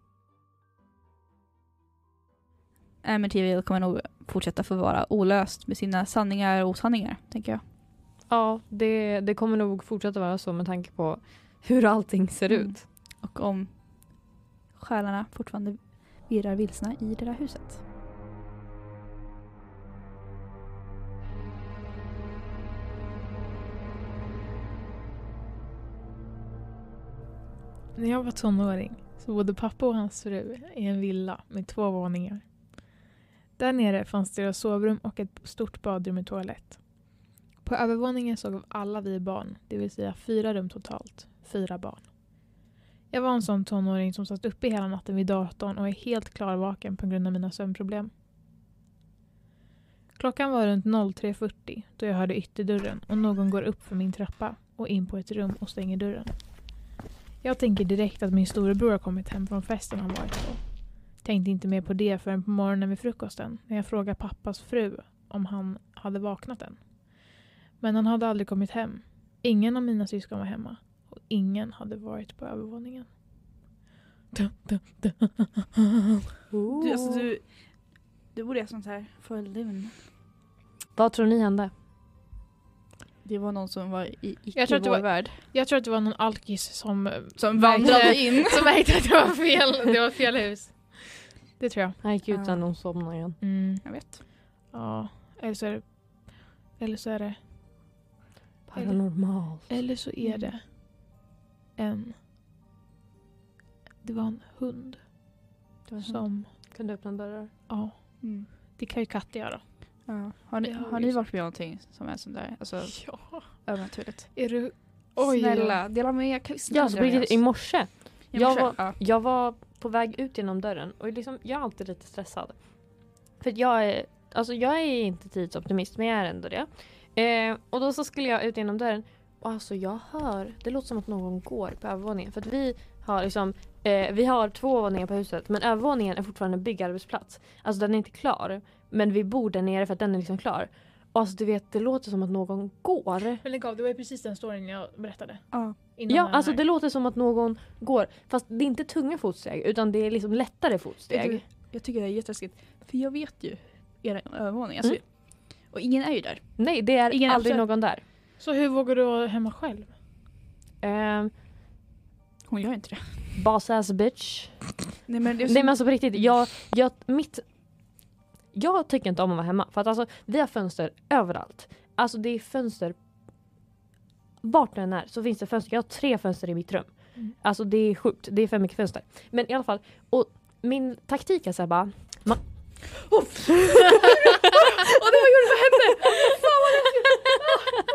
Amityville kommer nog fortsätta få vara olöst med sina sanningar och osanningar, tänker jag. Ja, det, det kommer nog fortsätta vara så med tanke på hur allting ser Mm. ut. Och om själarna fortfarande virrar vilsna i det där huset. När jag var tonåring så bodde pappa och hans fru i en villa med två våningar. Där nere fanns deras sovrum och ett stort badrum med toalett. På övervåningen såg alla vi barn, det vill säga fyra rum totalt, fyra barn. Jag var en sån tonåring som satt uppe hela natten vid datorn och är helt klarvaken på grund av mina sömnproblem. Klockan var runt tre fyrtio då jag hörde ytterdörren och någon går upp för min trappa och in på ett rum och stänger dörren. Jag tänker direkt att min storebror har kommit hem från festen han varit på. Tänkte inte mer på det förrän på morgonen vid frukosten när jag frågade pappas fru om han hade vaknat än. Men han hade aldrig kommit hem. Ingen av mina syskon var hemma. Och ingen hade varit på övervåningen. Dun, dun, dun. Du, alltså, du, du borde göra sånt här för liven. Vad tror ni hände? Det var någon som var i Jag tror att det icke-vår var- värld. Jag tror att det var någon alkis som, Som märkte- vandrade in. som märkte att det var fel, det var fel hus. Det tror jag. Han gick ut Ja. sen och somnade igen. Mm. Jag vet. Ja, eller så är det... Eller så är det... Paranormalt. Eller så är Mm. det en... Det var en hund som... Kunde öppna dörrar. Ja, Mm. det kan ju katter göra. Ja. Har ni, Det har har vi ni ju varit med om någonting som är sånt där? Alltså Ja. övernaturligt. Är du... Oj, Snälla, dela med er. Kan vi snälla Ja, så dela med riktigt, i oss? morse. I jag morse? var- Ja. Jag var på väg ut genom dörren och liksom, jag är alltid lite stressad. För att jag är, alltså jag är inte tidsoptimist, men jag är ändå det. Eh, och då så skulle jag ut genom dörren och alltså jag hör, det låter som att någon går på övervåningen. För att vi har liksom, eh, vi har två våningar på huset, men övervåningen är fortfarande en byggarbetsplats. Alltså den är inte klar, men vi bor där nere för att den är liksom klar. Och alltså du vet, det låter som att någon går. Men lägg av, det var ju precis den storyn jag berättade. Ja. Innan Ja, den alltså här. det låter som att någon går. Fast det är inte tunga fotsteg, utan det är liksom lättare fotsteg. Vet du, jag tycker det är jätteläskigt. För jag vet ju era övervåning. Alltså, Mm. och ingen är ju där. Nej, det är Ingen aldrig absolut- någon där. Så hur vågar du vara hemma själv? Um, Hon gör inte det. boss ass bitch. Nej men det är Nej men alltså på riktigt, jag, jag, mitt, jag tycker inte om att vara hemma. För att alltså, vi har fönster överallt. Alltså det är fönster, vart det än är så finns det fönster. Jag har tre fönster i mitt rum. Mm. Alltså det är sjukt, det är för mycket fönster. Men i alla fall, och min taktik är så här bara... Man, Uff. Åh, det var gjort vad hände? Fan vad läskigt!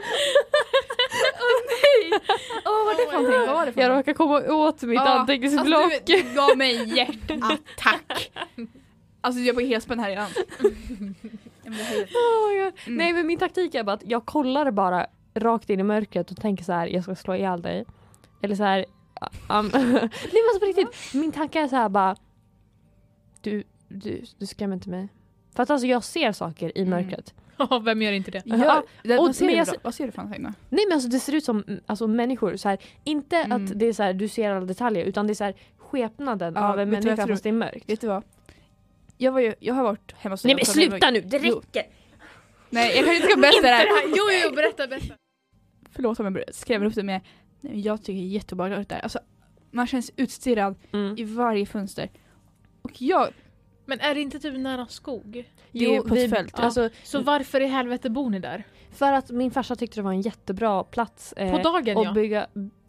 Åh nej! Åh, vad var det för någonting? Vad var det för jag någonting? råkar komma åt mitt Ja, anteckningsblock. Alltså, du, du gav mig en hjärtattack. Alltså jag är på helspänn här redan. Ja, men det här är- Oh my God. Mm. Nej men min taktik är bara att jag kollar bara rakt in i mörkret och tänker så här: jag ska slå ihjäl dig. Eller så här um, nej men alltså på riktigt, min tanke är så här bara du, du, du skrämmer inte mig. För att alltså jag ser saker i Mm. mörkret. Ja, vem gör inte det? Ja, det, och- vad, ser men du jag då? ser- vad ser du för någonting då? Nej men alltså det ser ut som mm, alltså, människor så här, inte Mm. att det är så här, du ser alla detaljer, utan det är så här skepnaden Ja, av en vet du vad jag människa tror? fast det är mörkt. Vet du vad? Jag, var ju, jag har varit hemma hos Nej men också när jag sluta var- nu, det Jo. räcker! Nej, jag kanske inte ska berätta det här. Jo, jo, berätta, berätta. Förlåt om jag skrev upp det med. Nej, men jag tycker det är jätteobehagligt där. Alltså, man känns utstirrad Mm. i varje fönster. Och jag... Men är det inte typ nära skog? Det är på ett fält. Ja. Alltså, Så varför i helvete bor ni där? för att min farsa tyckte det var en jättebra plats. Eh, På dagen, och ja. bygga...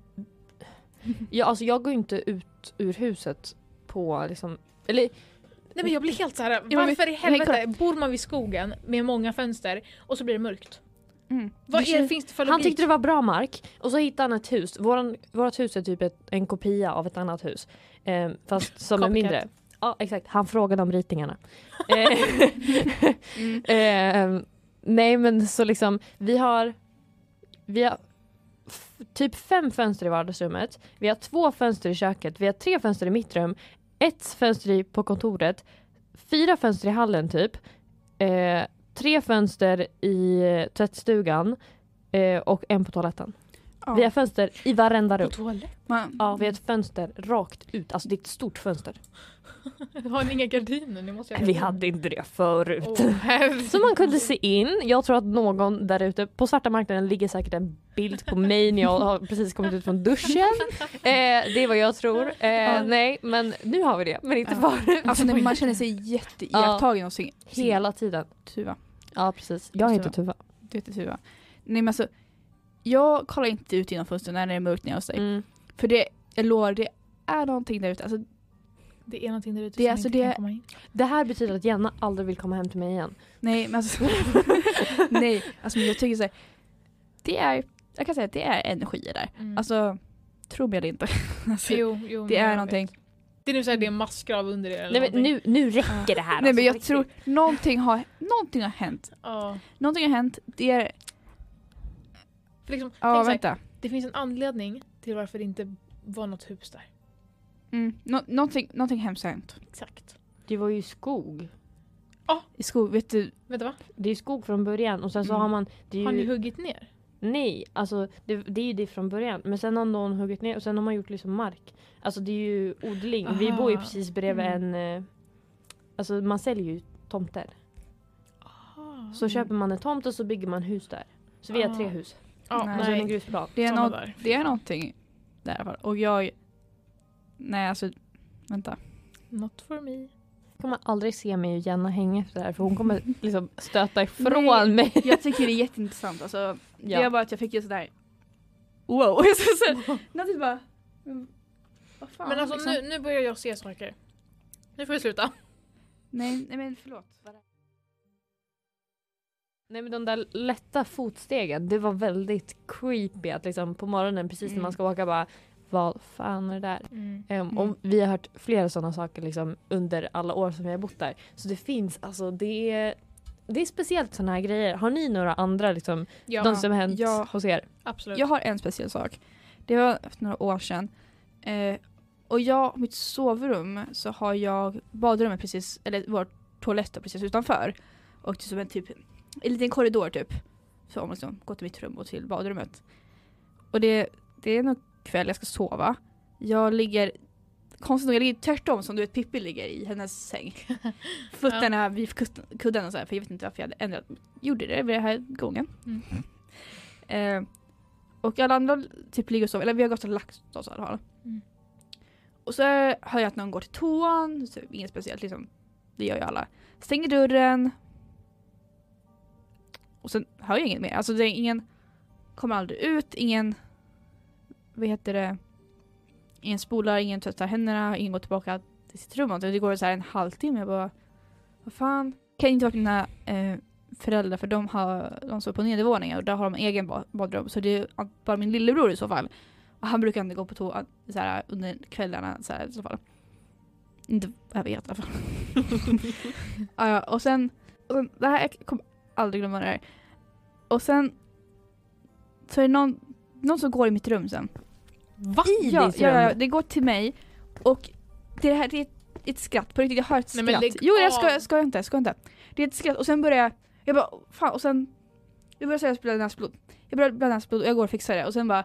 Ja, alltså jag går inte ut ur huset på liksom... Eller Nej, men jag blir helt så här. men Varför vi- i helvete bor man vid skogen med många fönster och så blir det mörkt? Mm. Vad Det är, känns- finns det för han logik? tyckte det var bra mark och så hittade han ett hus. Våran, vårat hus är typ ett, en kopia av ett annat hus. Eh, fast som är Copycat. mindre. Ja, exakt. Han frågade om ritningarna. Eh, Mm. eh, nej, men så liksom, vi har, vi har f- typ fem fönster i vardagsrummet. Vi har två fönster i köket. Vi har tre fönster i mitt rum. Ett fönster i, på kontoret. Fyra fönster i hallen typ. Eh, tre fönster i eh, tvättstugan. Eh, och en på toaletten. Ja. Vi har fönster i varenda På rum. toalett? Man, Ja, vi har ett fönster rakt ut. Alltså det är ett stort fönster. Har ni inga gardiner? Ni måste ju ha Vi gardiner. hade inte det förut. Åh, herregud. Så man kunde se in. Jag tror att någon där ute på svarta marknaden ligger säkert en bild på mig när jag har precis kommit ut från duschen. Eh, det är vad jag tror. Eh, Ja. Nej, men nu har vi det. Men inte Ja. förut. alltså, nej, man känner sig jätteiakttagen av sin, sin Hela tiden. Tuva. Ja, precis. Jag heter Tuva. Tuva. Du heter Tuva. Nej, men alltså, jag kollar inte ut genom fönstret när det är mörkt när jag är hos dig. Mm. För det, jag lovar, det är någonting där ute. Alltså, Det är någonting där ute Det är som alltså inte det- kan komma in. Det här betyder att Jenna aldrig vill komma hem till mig igen. nej, men alltså, nej, alltså men jag tycker så här, det är, jag kan säga att det är energier där. Mm. Alltså, tro mig eller inte. alltså, jo, jo, det men är jag någonting. vet. Det är nu så här, det är massgrav under er eller Nej, men någonting. nu, nu räcker det här. Nej, men alltså, jag på tror riktigt. någonting har, någonting har hänt. Ja. Någonting har hänt. Det är, För liksom, ja tänk så här, vänta. det finns en anledning till varför det inte var något hus där. Mm, nå- någonting, någonting hemskt har hänt. Exakt. Det var ju skog. I skog, vet du. Vet du vad? Det är skog från början och sen så Mm. har man... Det är ju, Har ni huggit ner? Nej, alltså det, det är ju det från början. Men sen har någon huggit ner och sen har man gjort liksom mark. Alltså det är ju odling. Vi Aha. bor ju precis bredvid Mm. en... eh, Alltså man säljer ju tomter. Aha. Så köper man en tomt och så bygger man hus där. Så vi har Ah. tre hus. Ja, Nej. Och så en nej. grusplan. Det är, Samma nå- där. det är någonting där i alla fall. Och jag, nej alltså, vänta. Not for me. Jag kommer aldrig se mig och Jenna hänga efter det här. För hon kommer liksom stöta ifrån Nej. mig. Jag tycker det är jätteintressant. Alltså, det Ja. är bara att jag fick ju sådär, wow. så, så, någonting bara, mm, vad fan. Men alltså liksom. nu, nu börjar jag se saker. Nu får vi sluta. Nej, nej men förlåt. Nej, men de där lätta fotstegen, det var väldigt creepy att liksom på morgonen precis när Mm. man ska åka bara, vad fan är det där? Mm. Um, Mm. Och vi har hört flera sådana saker liksom under alla år som vi har bott där. Så det finns, alltså det är, det är speciellt sådana här grejer. Har ni några andra liksom, Ja, de som hänt ja. hos er? absolut. Jag har en speciell sak. Det var för några år sedan. Eh, och jag, mitt sovrum, så har jag badrummet precis, eller vår toalett är precis utanför. Och det är som en typ, en liten korridor typ. Så om man liksom går till mitt rum och till badrummet. Och det, det är nog kväll jag ska sova. Jag ligger, konstigt nog, jag ligger tvärtom som du vet Pippi ligger i hennes säng. Fötterna vid kudden- kudden och så här, för jag vet inte varför jag hade ändrat. Gjorde det vid den här gången. Mm. Eh, och alla andra typ ligger och sover, eller vi har gått och lagt oss i alla fall. Mm. Och så hör jag att någon går till toan, så inget speciellt liksom. Det gör ju alla. Stänger dörren. Och sen hör jag inget mer. Alltså det är ingen, kommer aldrig ut, ingen, vad heter det, ingen spolar, ingen tvättar händerna, ingen går tillbaka till sitt rum. Det går så här en halvtimme. Jag bara, vad fan? Kan inte vara mina eh, föräldrar, för de har de står på nedervåningen och där har de egen ba- badrum. Så det är bara min lillebror i så fall. Och han brukar inte gå på toa så här, under kvällarna så här, i så fall. Inte jag vet i alla fall. ja, ja, och sen, och sen det här, jag kommer aldrig glömma det här. Och sen så är det någon, någon som går i mitt rum sen. Va? I Ja, ditt ja, ja, rum? det går till mig. Och det här det är ett, ett skratt. På riktigt, jag hör ett Nej, skratt. men lägg Jo, jag ska, av. jag ska inte, ska inte. Det är ett skratt och sen börjar jag, jag bara, fan, och sen jag börjar säga spela näsblod. Jag börjar blöda näsblod och jag går och fixar det. Och sen bara,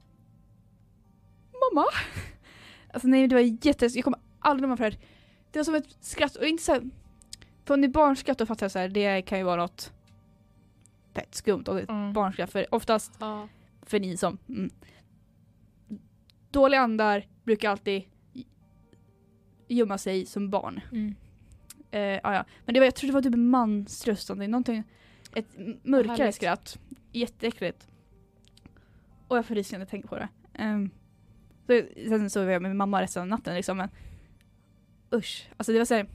mamma. Alltså nej, det var jätte, jag kommer aldrig glömma för det. Det var som ett skratt och inte så här, för om det är barnskratt och fattar jag så här, det kan ju vara något fett skumt och ett Mm. barnskratt. För oftast, Ja. för ni som... Mm, dåliga andar brukar alltid gömma sig som barn. Mm. Eh, ja, ja. Men det var, jag tror det var typ en mansröst. Någonting, ett mörkare Härligt. skratt. Jätteäckligt. Och jag får rysningar när jag tänker på det. Um, så, sen sov jag med min mamma resten av natten. Liksom, men usch. Alltså det var så här,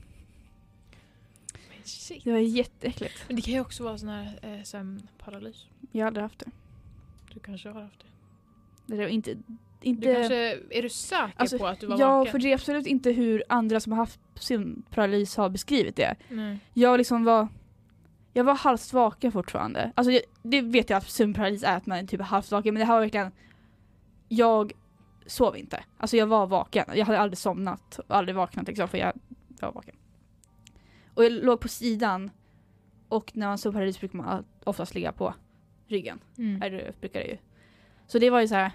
Shit. det var jätteäckligt. Men det kan ju också vara sån här eh, sömnparalys. Jag har aldrig haft det. Du kanske har haft det. Det var inte... Du inte kanske, är du säker Alltså, på att du var ja, vaken? för det är absolut inte hur andra som har haft sömnparalys har beskrivit det. Nej. Jag liksom var jag var halvt vaken fortfarande. Alltså jag, det vet jag att sömnparalys är att man är typ halvt vaken, men det här var verkligen jag sov inte. Alltså jag var vaken. Jag hade aldrig somnat och aldrig vaknat liksom, för jag, jag var vaken. Och jag låg på sidan och när man sov paralys brukar man oftast ligga på ryggen. Mm. Här det brukar det ju. Så det var ju så här.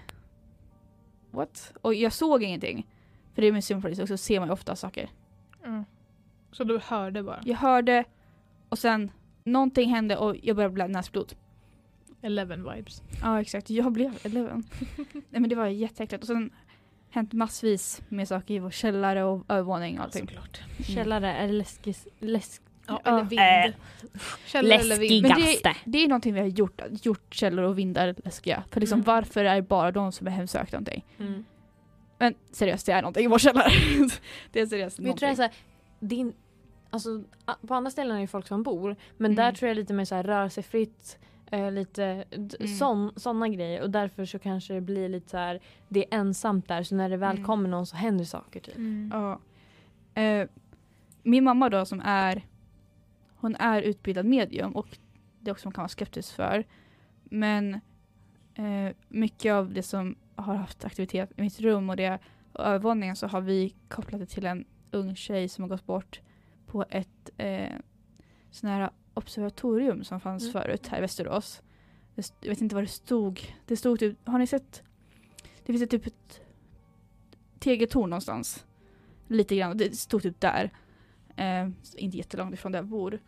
What? Och jag såg ingenting. För det är med sömnparalys och så ser man ju ofta saker. Mm. Så du hörde bara? Jag hörde och sen någonting hände och jag började bli näsblod. Eleven vibes. Ja, exakt. Jag blev eleven. Nej, men det var jätteäckligt. Och sen hänt massvis med saker i vår källare och övervåning och allting. Såklart. Källare är läskis, läsk, Ja, Ja. eller vind. Äh. Källare eller vind. Men det, läskigaste. det är någonting vi har gjort. Gjort källor och vindar läskiga. För liksom Mm. varför är det bara de som är hemsökt någonting? Mm. Men seriöst, det är någonting i vår källare. Det är seriöst Men jag tror någonting. det är så här, din, alltså, a- på andra ställen är det folk som bor. Men Mm. där tror jag lite mer så här, rör sig fritt. Eh, lite d- Mm. sån, såna grejer. Och därför så kanske det blir lite så här, det är ensamt där. Så när det väl Mm. kommer någon så händer saker typ. Mm. Ja. Eh, min mamma då som är hon är utbildad medium och det är också man kan vara skeptisk för. Men eh, mycket av det som har haft aktivitet i mitt rum och det och övervåningen så har vi kopplat det till en ung tjej som har gått bort på ett eh, sån här observatorium som fanns Mm. förut här i Västerås. Det st- jag vet inte vad det stod. Det stod typ, har ni sett? Det finns ett typ ett tegeltorn någonstans. Lite grann. Det stod typ där. Eh, inte jättelångt ifrån där jag bor.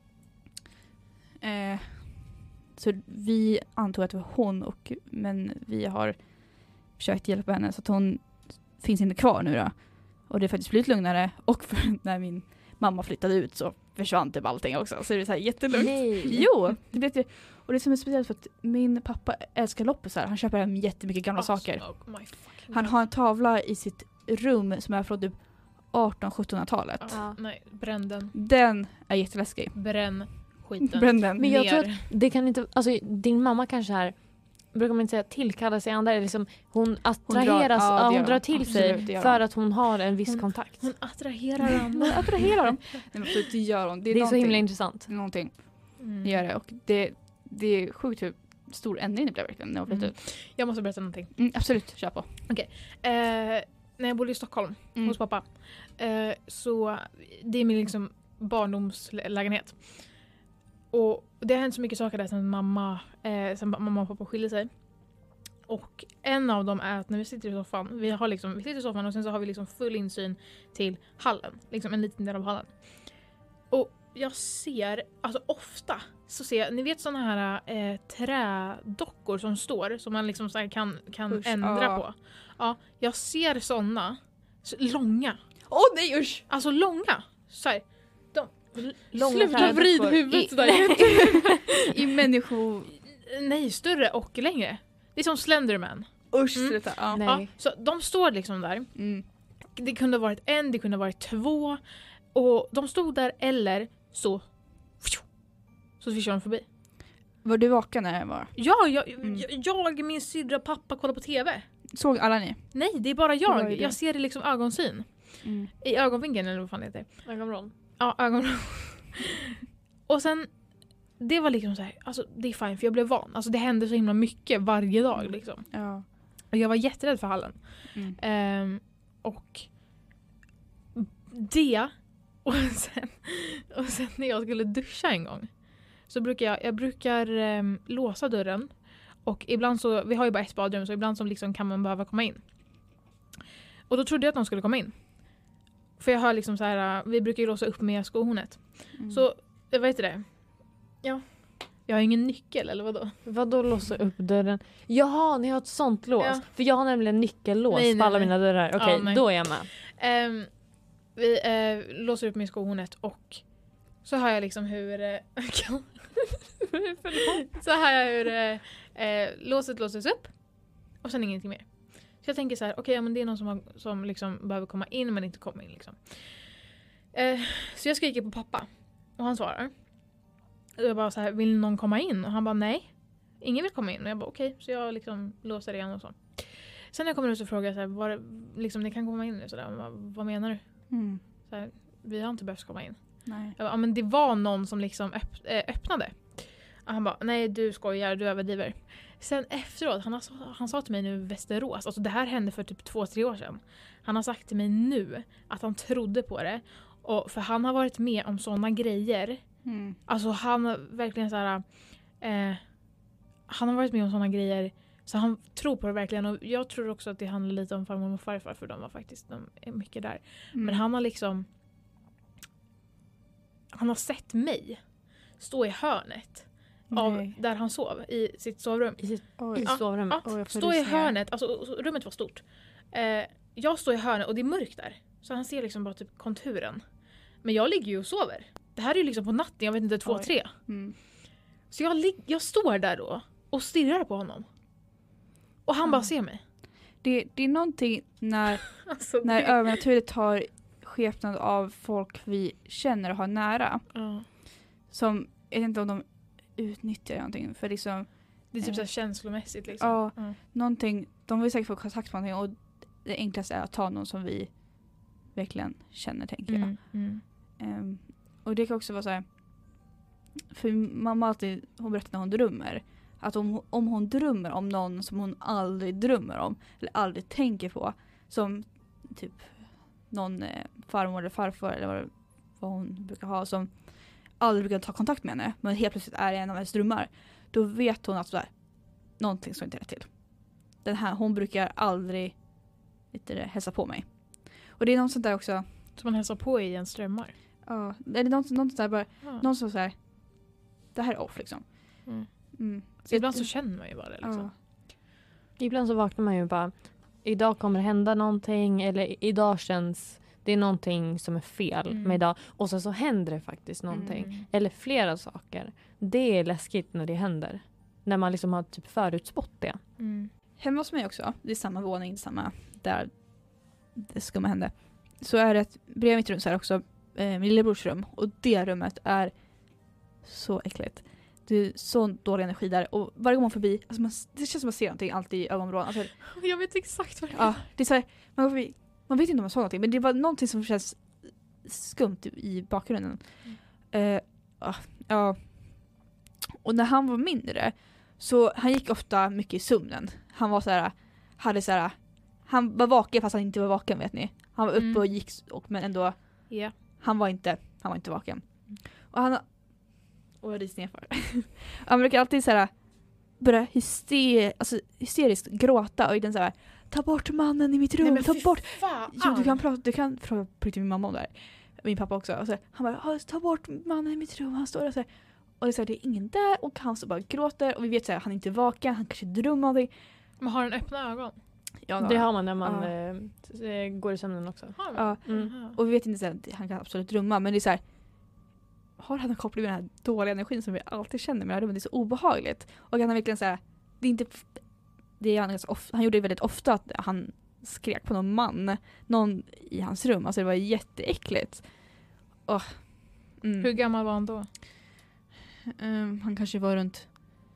Eh, så vi antog att det var hon och, men vi har försökt hjälpa henne så att hon finns inte kvar nu då. Och det är faktiskt blivit lugnare. Och för, när min mamma flyttade ut så försvann typ allting också. Så det är så här jättelugnt. Nej. Jo! Det blev det. Och det som är speciellt för att min pappa älskar loppisar. Han köper hem jättemycket gamla Alltså, saker. oh my fucking Han God. har en tavla i sitt rum som är från typ artonhundrade-sjuttonhundratalet. Ja, Ja. Nej, bränn den. Den är jätteläskig. Bränn skiten. Bränn den. Men jag ner. tror att det kan inte, alltså din mamma kanske här brukar man inte säga tillkalla sig andra, eller liksom hon attraheras, ja, ja, det hon gör drar hon. till Absolut, sig det gör för hon. att hon har en viss Hon- kontakt. Hon attraherar andra. Hon attraherar dem. Nej, men absolut, det gör hon. Det är, Det är så någonting. himla intressant. Någonting. Mm. Det gör det. Och det, det är sjukt hur stor ändring det blev verkligen när hon flyttade Mm. ut. Jag måste berätta någonting. Mm, absolut, kör på. Eh, när jag bodde i Stockholm Mm. hos pappa. Eh, så det är min liksom barndomslägenhet. Och det har hänt så mycket saker där sen mamma, eh, sen mamma och pappa skilde sig. Och en av dem är att när vi sitter i soffan, vi har liksom, vi sitter i soffan och sen så har vi liksom full insyn till hallen. Liksom en liten del av hallen. Och jag ser, alltså ofta så ser jag, ni vet sådana här eh, trädockor som står som man liksom så här kan, kan Usch, ändra ja. på. Ja, jag ser sådana långa. Åh oh, nej usch! Alltså långa. Så här, de, Långa sluta trädockor. vrid huvudet I- sådär. I människo... Nej, större och längre. Det är som Slenderman. Usch, Mm. sluta. Ja. Nej. Ja, så de står liksom där. Mm. Det kunde ha varit en, det kunde ha varit två. Och de stod där eller så så försvann de förbi. Var du vaken när jag var? Ja, jag, Mm. jag, jag min syrra pappa kollar på tv. Såg alla ni? Nej, det är bara Det var jag. ju det. Jag ser det liksom ögonsyn. Mm. I ögonvinkeln eller vad fan det heter. Ögonvrån. Ja, ögon. Och sen det var liksom så här, alltså det är fine för jag blev van. Alltså det hände så himla mycket varje dag liksom. Ja. Och jag var jätterädd för hallen. Mm. Ehm, och det och sen, och sen när jag skulle duscha en gång så brukar jag, jag brukar ehm, låsa dörren och ibland så, vi har ju bara ett badrum så ibland så liksom kan man behöva komma in. Och då trodde jag att de skulle komma in. För jag har liksom så här, vi brukar ju låsa upp med skohornet. Mm. Så, vad heter det? Ja. Jag har ingen nyckel, eller vadå? Vadå låsa upp dörren? Jaha, ni har ett sånt lås. Ja. För jag har nämligen nyckellås Nej, nej, på alla nej. mina dörrar. Okej, Ja, nej. då är jag med. Ehm, vi eh, låser upp min skohornet och så har jag liksom hur... Eh, så har jag hur eh, eh, låset låses upp och sen ingenting mer. Så jag tänker så här, okej, okay, ja, men det är någon som, har, som liksom behöver komma in men inte kommer in liksom. Eh, så jag skriker på pappa och han svarar. Och jag bara så här, vill någon komma in? Och han bara, nej. Ingen vill komma in. Och jag bara, okej. Okay. Så jag liksom låser igen och så. Sen när jag kommer ut så frågar jag så här, var, liksom, ni kan komma in nu. Så där. Vad, vad menar du? Mm. Så här, vi har inte behövt komma in. Nej. Jag bara, ja, men det var någon som liksom öpp, äh, öppnade. Och han bara, nej du skojar, du överdriver. Sen efteråt, han, har, han sa till mig nu i Västerås, alltså det här hände för typ två, tre år sedan. Han har sagt till mig nu att han trodde på det. Och för han har varit med om sådana grejer. Mm. Alltså han har verkligen så här, eh, han har varit med om sådana grejer så han tror på det verkligen. Och jag tror också att det handlar lite om farmor och farfar, för de var faktiskt de är mycket där. Mm. Men han har liksom han har sett mig stå i hörnet av Nej. där han sov i sitt sovrum. I, Oj. i sovrummet. Ja, Oj, jag får stå i rysningar. hörnet, alltså rummet var stort. Eh, jag står i hörnet och det är mörkt där. Så han ser liksom bara typ konturen. Men jag ligger ju och sover. Det här är ju liksom på natten, jag vet inte, två, Oj. tre. Mm. Så jag, lig- jag står där då och stirrar på honom. Och han Mm. bara ser mig. Det, det är någonting när, Alltså, när det- övernaturligt tar skepnad av folk vi känner och har nära. Ja. Som, jag vet inte om de utnyttjar någonting. För liksom, Det är typ Eh. så här känslomässigt liksom. Ja. Ja. någonting, de vill säkert få kontakt med någonting. Och det enklaste är att ta någon som vi verkligen känner, tänker jag. Mm, mm. Ehm, och det kan också vara så här. För mamma alltid, hon berättar när hon drömmer. Att om, om hon drömmer om någon som hon aldrig drömmer om. Eller aldrig tänker på. Som typ någon eh, farmor eller farfar eller vad, vad hon brukar ha. Som aldrig brukar ta kontakt med henne. Men helt plötsligt är det en av hennes drömmar. Då vet hon att så där, någonting står inte rätt till. Den här, hon brukar aldrig vet du, hälsa på mig. Och det är något sånt där också. Som man hälsar på i en strömmar. Ja, eller något, något sånt där bara. Ja. Någon som säger det här är off liksom. Mm. Mm. Så ibland så känner man ju bara det liksom. Ja. Ibland så vaknar man ju bara, idag kommer det hända någonting, eller idag känns det är någonting som är fel Mm. med idag. Och så, så händer det faktiskt någonting. Mm. Eller flera saker. Det är läskigt när det händer. När man liksom har typ förutspått det. Mm. Hemma hos mig också, det är samma våning, samma där det skumma hände. Så är det ett, bredvid mitt rum så är det också eh, min lillebrors rum. Och det rummet är så äckligt. Det är så dålig energi där. Och varje gång man är förbi, alltså man, det känns som att man ser någonting alltid i ögonvrån. Alltså, Jag vet exakt vad det är. ja, det är så här, man, går förbi, man vet inte om man såg någonting, men det var någonting som känns skumt i bakgrunden. Mm. Eh, ja, ja. Och när han var mindre så han gick ofta mycket i sömnen. Han var så här, hade så här, han var vaken fast han inte var vaken, vet ni. Han var uppe Mm. och gick och, men ändå Ja. han var inte han var inte vaken. Och han och jag rys ner för. Han brukar alltid så här börja hyster, alltså, hysteriskt gråta och den så här, ta bort mannen i mitt rum, Nej, men ta fy bort. fan. Jo, du kan prata, du kan fråga på riktigt min mamma om det här. Min pappa också. Och så, han bara, ta bort mannen i mitt rum. Han står där så här. Och det är, så här, det är ingen där. Och han så bara gråter. Och vi vet så här, han är inte vaken. Han kanske drömmer någonting. Man har en öppna ögon. Ja, Det har man när man Ja. eh, går i sömnen också. Har Ja. Mm. Jaha. Och vi vet inte så här, han kan absolut drömma. Men det är så här, har han en koppling med den här dåliga energin som vi alltid känner med det här rummet. Det är så obehagligt. Och han har verkligen så här, det är inte, det är han, ganska ofta, han gjorde det väldigt ofta att han skrek på någon man. Någon i hans rum. Alltså det var jätteäckligt. Oh. Mm. Hur gammal var han då? Um, han kanske var runt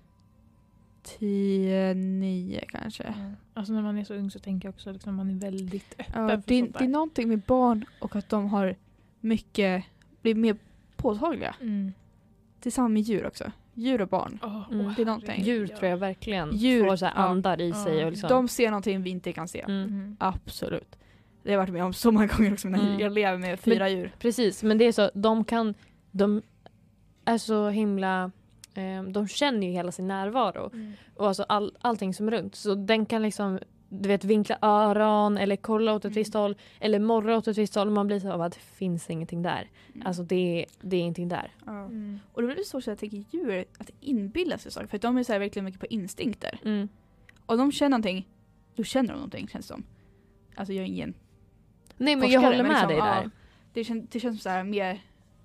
tio nio kanske. Mm. Alltså när man är så ung så tänker jag också liksom man är väldigt öppen Ja, för det, sånt det där. är någonting med barn och att de har mycket, blir mer påtagliga. Mm. Det är samma med djur också. Djur och barn. Oh, Mm. oh, Det är någonting. herregud, Djur ja. tror jag verkligen Djur, får så här ja. andar i Ja. sig. Och liksom. De ser någonting vi inte kan se. mm. Mm. Absolut. Det har jag varit med om så många gånger också när Mm. jag lever med fyra djur. Precis, men det är så, de kan, de är så himla, eh, de känner ju hela sin närvaro. Mm. Och alltså all, allting som är runt. Så den kan liksom du vet, vinkla öron eller kolla åt ett Mm. visst håll eller morra åt ett visst håll. Man blir så att det finns ingenting där. Mm. Alltså det, det är ingenting där. Ja. Mm. Och det blir så att jag tänker djur att inbilla sig saker. För att de är så här verkligen mycket på instinkter. Mm. Och de känner någonting, då känner de någonting känns det som. Alltså jag är ingen Nej, men forskare, jag håller men med liksom, dig där. ja, det, känns, det känns så här mer...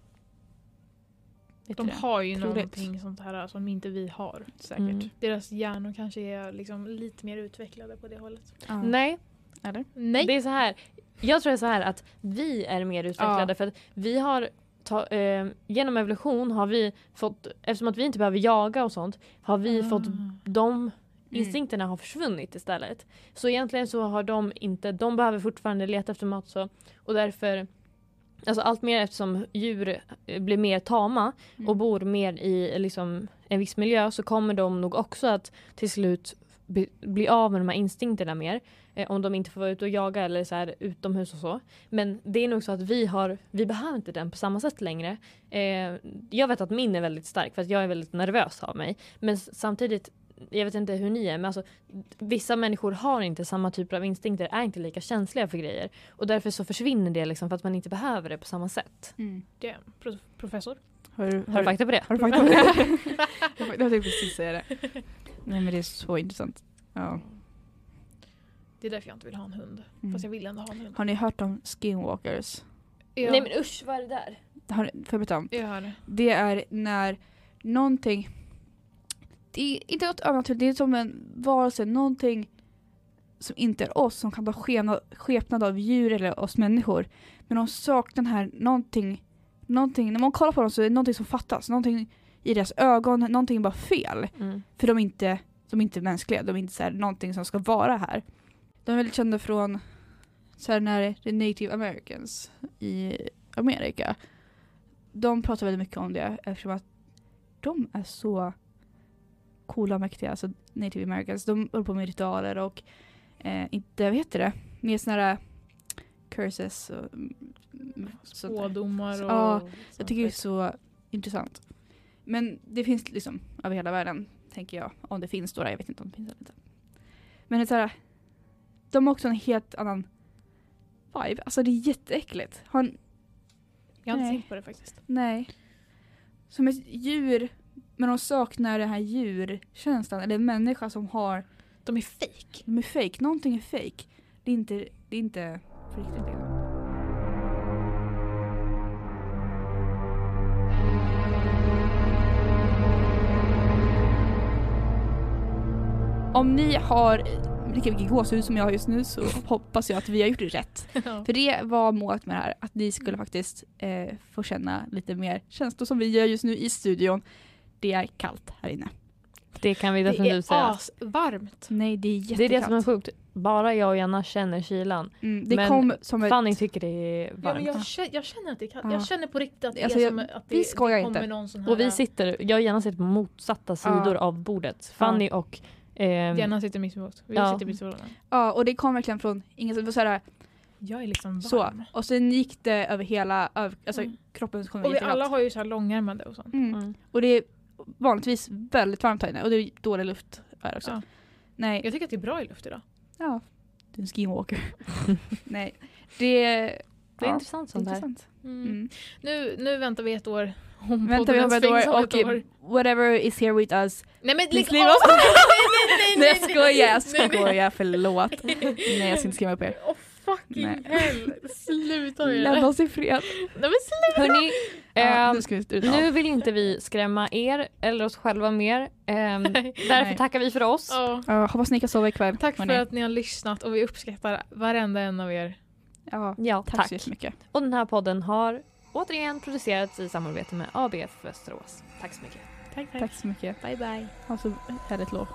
vet De du det? har ju Troligt. någonting sånt här som inte vi har säkert. Mm. Deras hjärnor kanske är liksom lite mer utvecklade på det hållet. Ja. Nej, Eller? Nej. det är så här. Jag tror det är så här att vi är mer utvecklade Ja. för att vi har ta, eh, genom evolution har vi fått, eftersom att vi inte behöver jaga och sånt, har vi Ah. fått de Mm. instinkterna har försvunnit istället. Så egentligen så har de inte, de behöver fortfarande leta efter mat så, och därför, alltså allt mer eftersom djur eh, blir mer tama Mm. och bor mer i liksom en viss miljö så kommer de nog också att till slut bli, bli av med de här instinkterna mer. Eh, om de inte får vara ute och jaga eller så här utomhus och så. Men det är nog så att vi har, vi behöver inte den på samma sätt längre. Eh, jag vet att min är väldigt stark för att jag är väldigt nervös av mig. Men s- samtidigt, jag vet inte hur ni är, men alltså, vissa människor har inte samma typer av instinkter, är inte lika känsliga för grejer. Och därför så försvinner det liksom för att man inte behöver det på samma sätt. Mm. Det är pro- professor. Har, du- Har du fakta på det? Har du fakta på det? jag jag tänkte precis säga det. Nej men det är så intressant. Ja. Det är därför jag inte vill ha en hund. Mm. Fast jag vill ändå ha en hund. Har ni hört om skinwalkers? Ja, Nej men usch, vad är det där? Har, får jag berätta om? jag hör det. Det är när någonting, det är inte något övernaturligt, det är som en varelse, någonting som inte är oss, som kan ta skepnad, skepnad av djur eller oss människor. Men de saknar den här någonting, någonting, när man kollar på dem så är det någonting som fattas, någonting i deras ögon, någonting är bara fel. Mm. För de är inte, de är inte mänskliga, de är inte så här, någonting som ska vara här. De är väldigt kända från så här, när the native americans i Amerika. De pratar väldigt mycket om det eftersom att de är så coola och mäktiga, alltså native americans. De håller på med ritualer och eh, inte, vad heter det? Med såna här curses och mm, sånt där. Spådomar och... Ja, sånt Jag tycker det är där. så intressant. Men det finns liksom över hela världen, tänker jag. Om det finns då, jag vet inte om det finns eller inte. Men det är så här, de har också en helt annan vibe. Alltså det är jätteäckligt. Har en, Jag har inte Nej. tänkt på det faktiskt. nej. Som ett djur, men de saknar den här djurkänslan. Eller en människa som har, De är fake. de är fake. Någonting är fake. Det är inte, det är inte för riktigt det. Om ni har lika mycket gåshud som jag har just nu så hoppas jag att vi har gjort det rätt. För det var målet med det här, att ni skulle faktiskt eh, få känna lite mer känslor som vi gör just nu i studion. Det är kallt här inne. Det kan vi Det definitivt är säga. asvarmt. Nej, det är jättekallt. Det är det som är sjukt. Bara jag och Janna känner kylan. Mm, det Men kom som ett... Fanny tycker det är Ja, varmt. men jag, känner, jag känner att det är kallt. Ja. Jag känner på riktigt att det Alltså, är jag- som att vi det, skojar det kommer inte. någon sån här... Och vi sitter, jag och Janna sitter på motsatta sidor av bordet. Fanny och... ehm, Gärna sitter mitt emot. Vi Ja. sitter mitt emot varandra. Ja, och det kom verkligen från ingen det var så här, Jag är liksom så. varm. Och sen gick det över hela, över, alltså Mm. kroppen kom Och vi jättekallt. alla har ju så här långärmade och sånt. Mm. mm. Och det är vanligtvis väldigt varmt här inne. Och det är dålig luft här också. Ja. Nej, Jag tycker att det är bra i luft idag. ja. Du är en skinwalker. Nej, det, Det är ja, intressant sånt här. intressant. Mm. Mm. Nu, nu väntar vi ett år. Om Väntar vi podden om ett ens år finns om och ett år. whatever is here with us. Nej men Please lägg leave av! us. Nej, nej, Nej, jag skojar, jag nej, nej. skojar, förlåt. Nej, jag ska inte skriva upp er. Åh fucking Nej. hell. Sluta med Lämna det. oss i fred. Nej men sluta. Hörni, Ja, ehm, nu ska vi sluta. nu vill inte vi skrämma er eller oss själva mer. Ehm, därför Nej. tackar vi för oss. Ja. Ja, hoppas ni kan sova ikväll. Tack för hörni. att ni har lyssnat och vi uppskattar varenda en av er. Ja, Ja, tack, tack. så jättemycket. Och den här podden har återigen producerats i samarbete med A B F Västerås. Tack så mycket. Tack tack. Tack så mycket. Bye bye. Ha så härligt lov.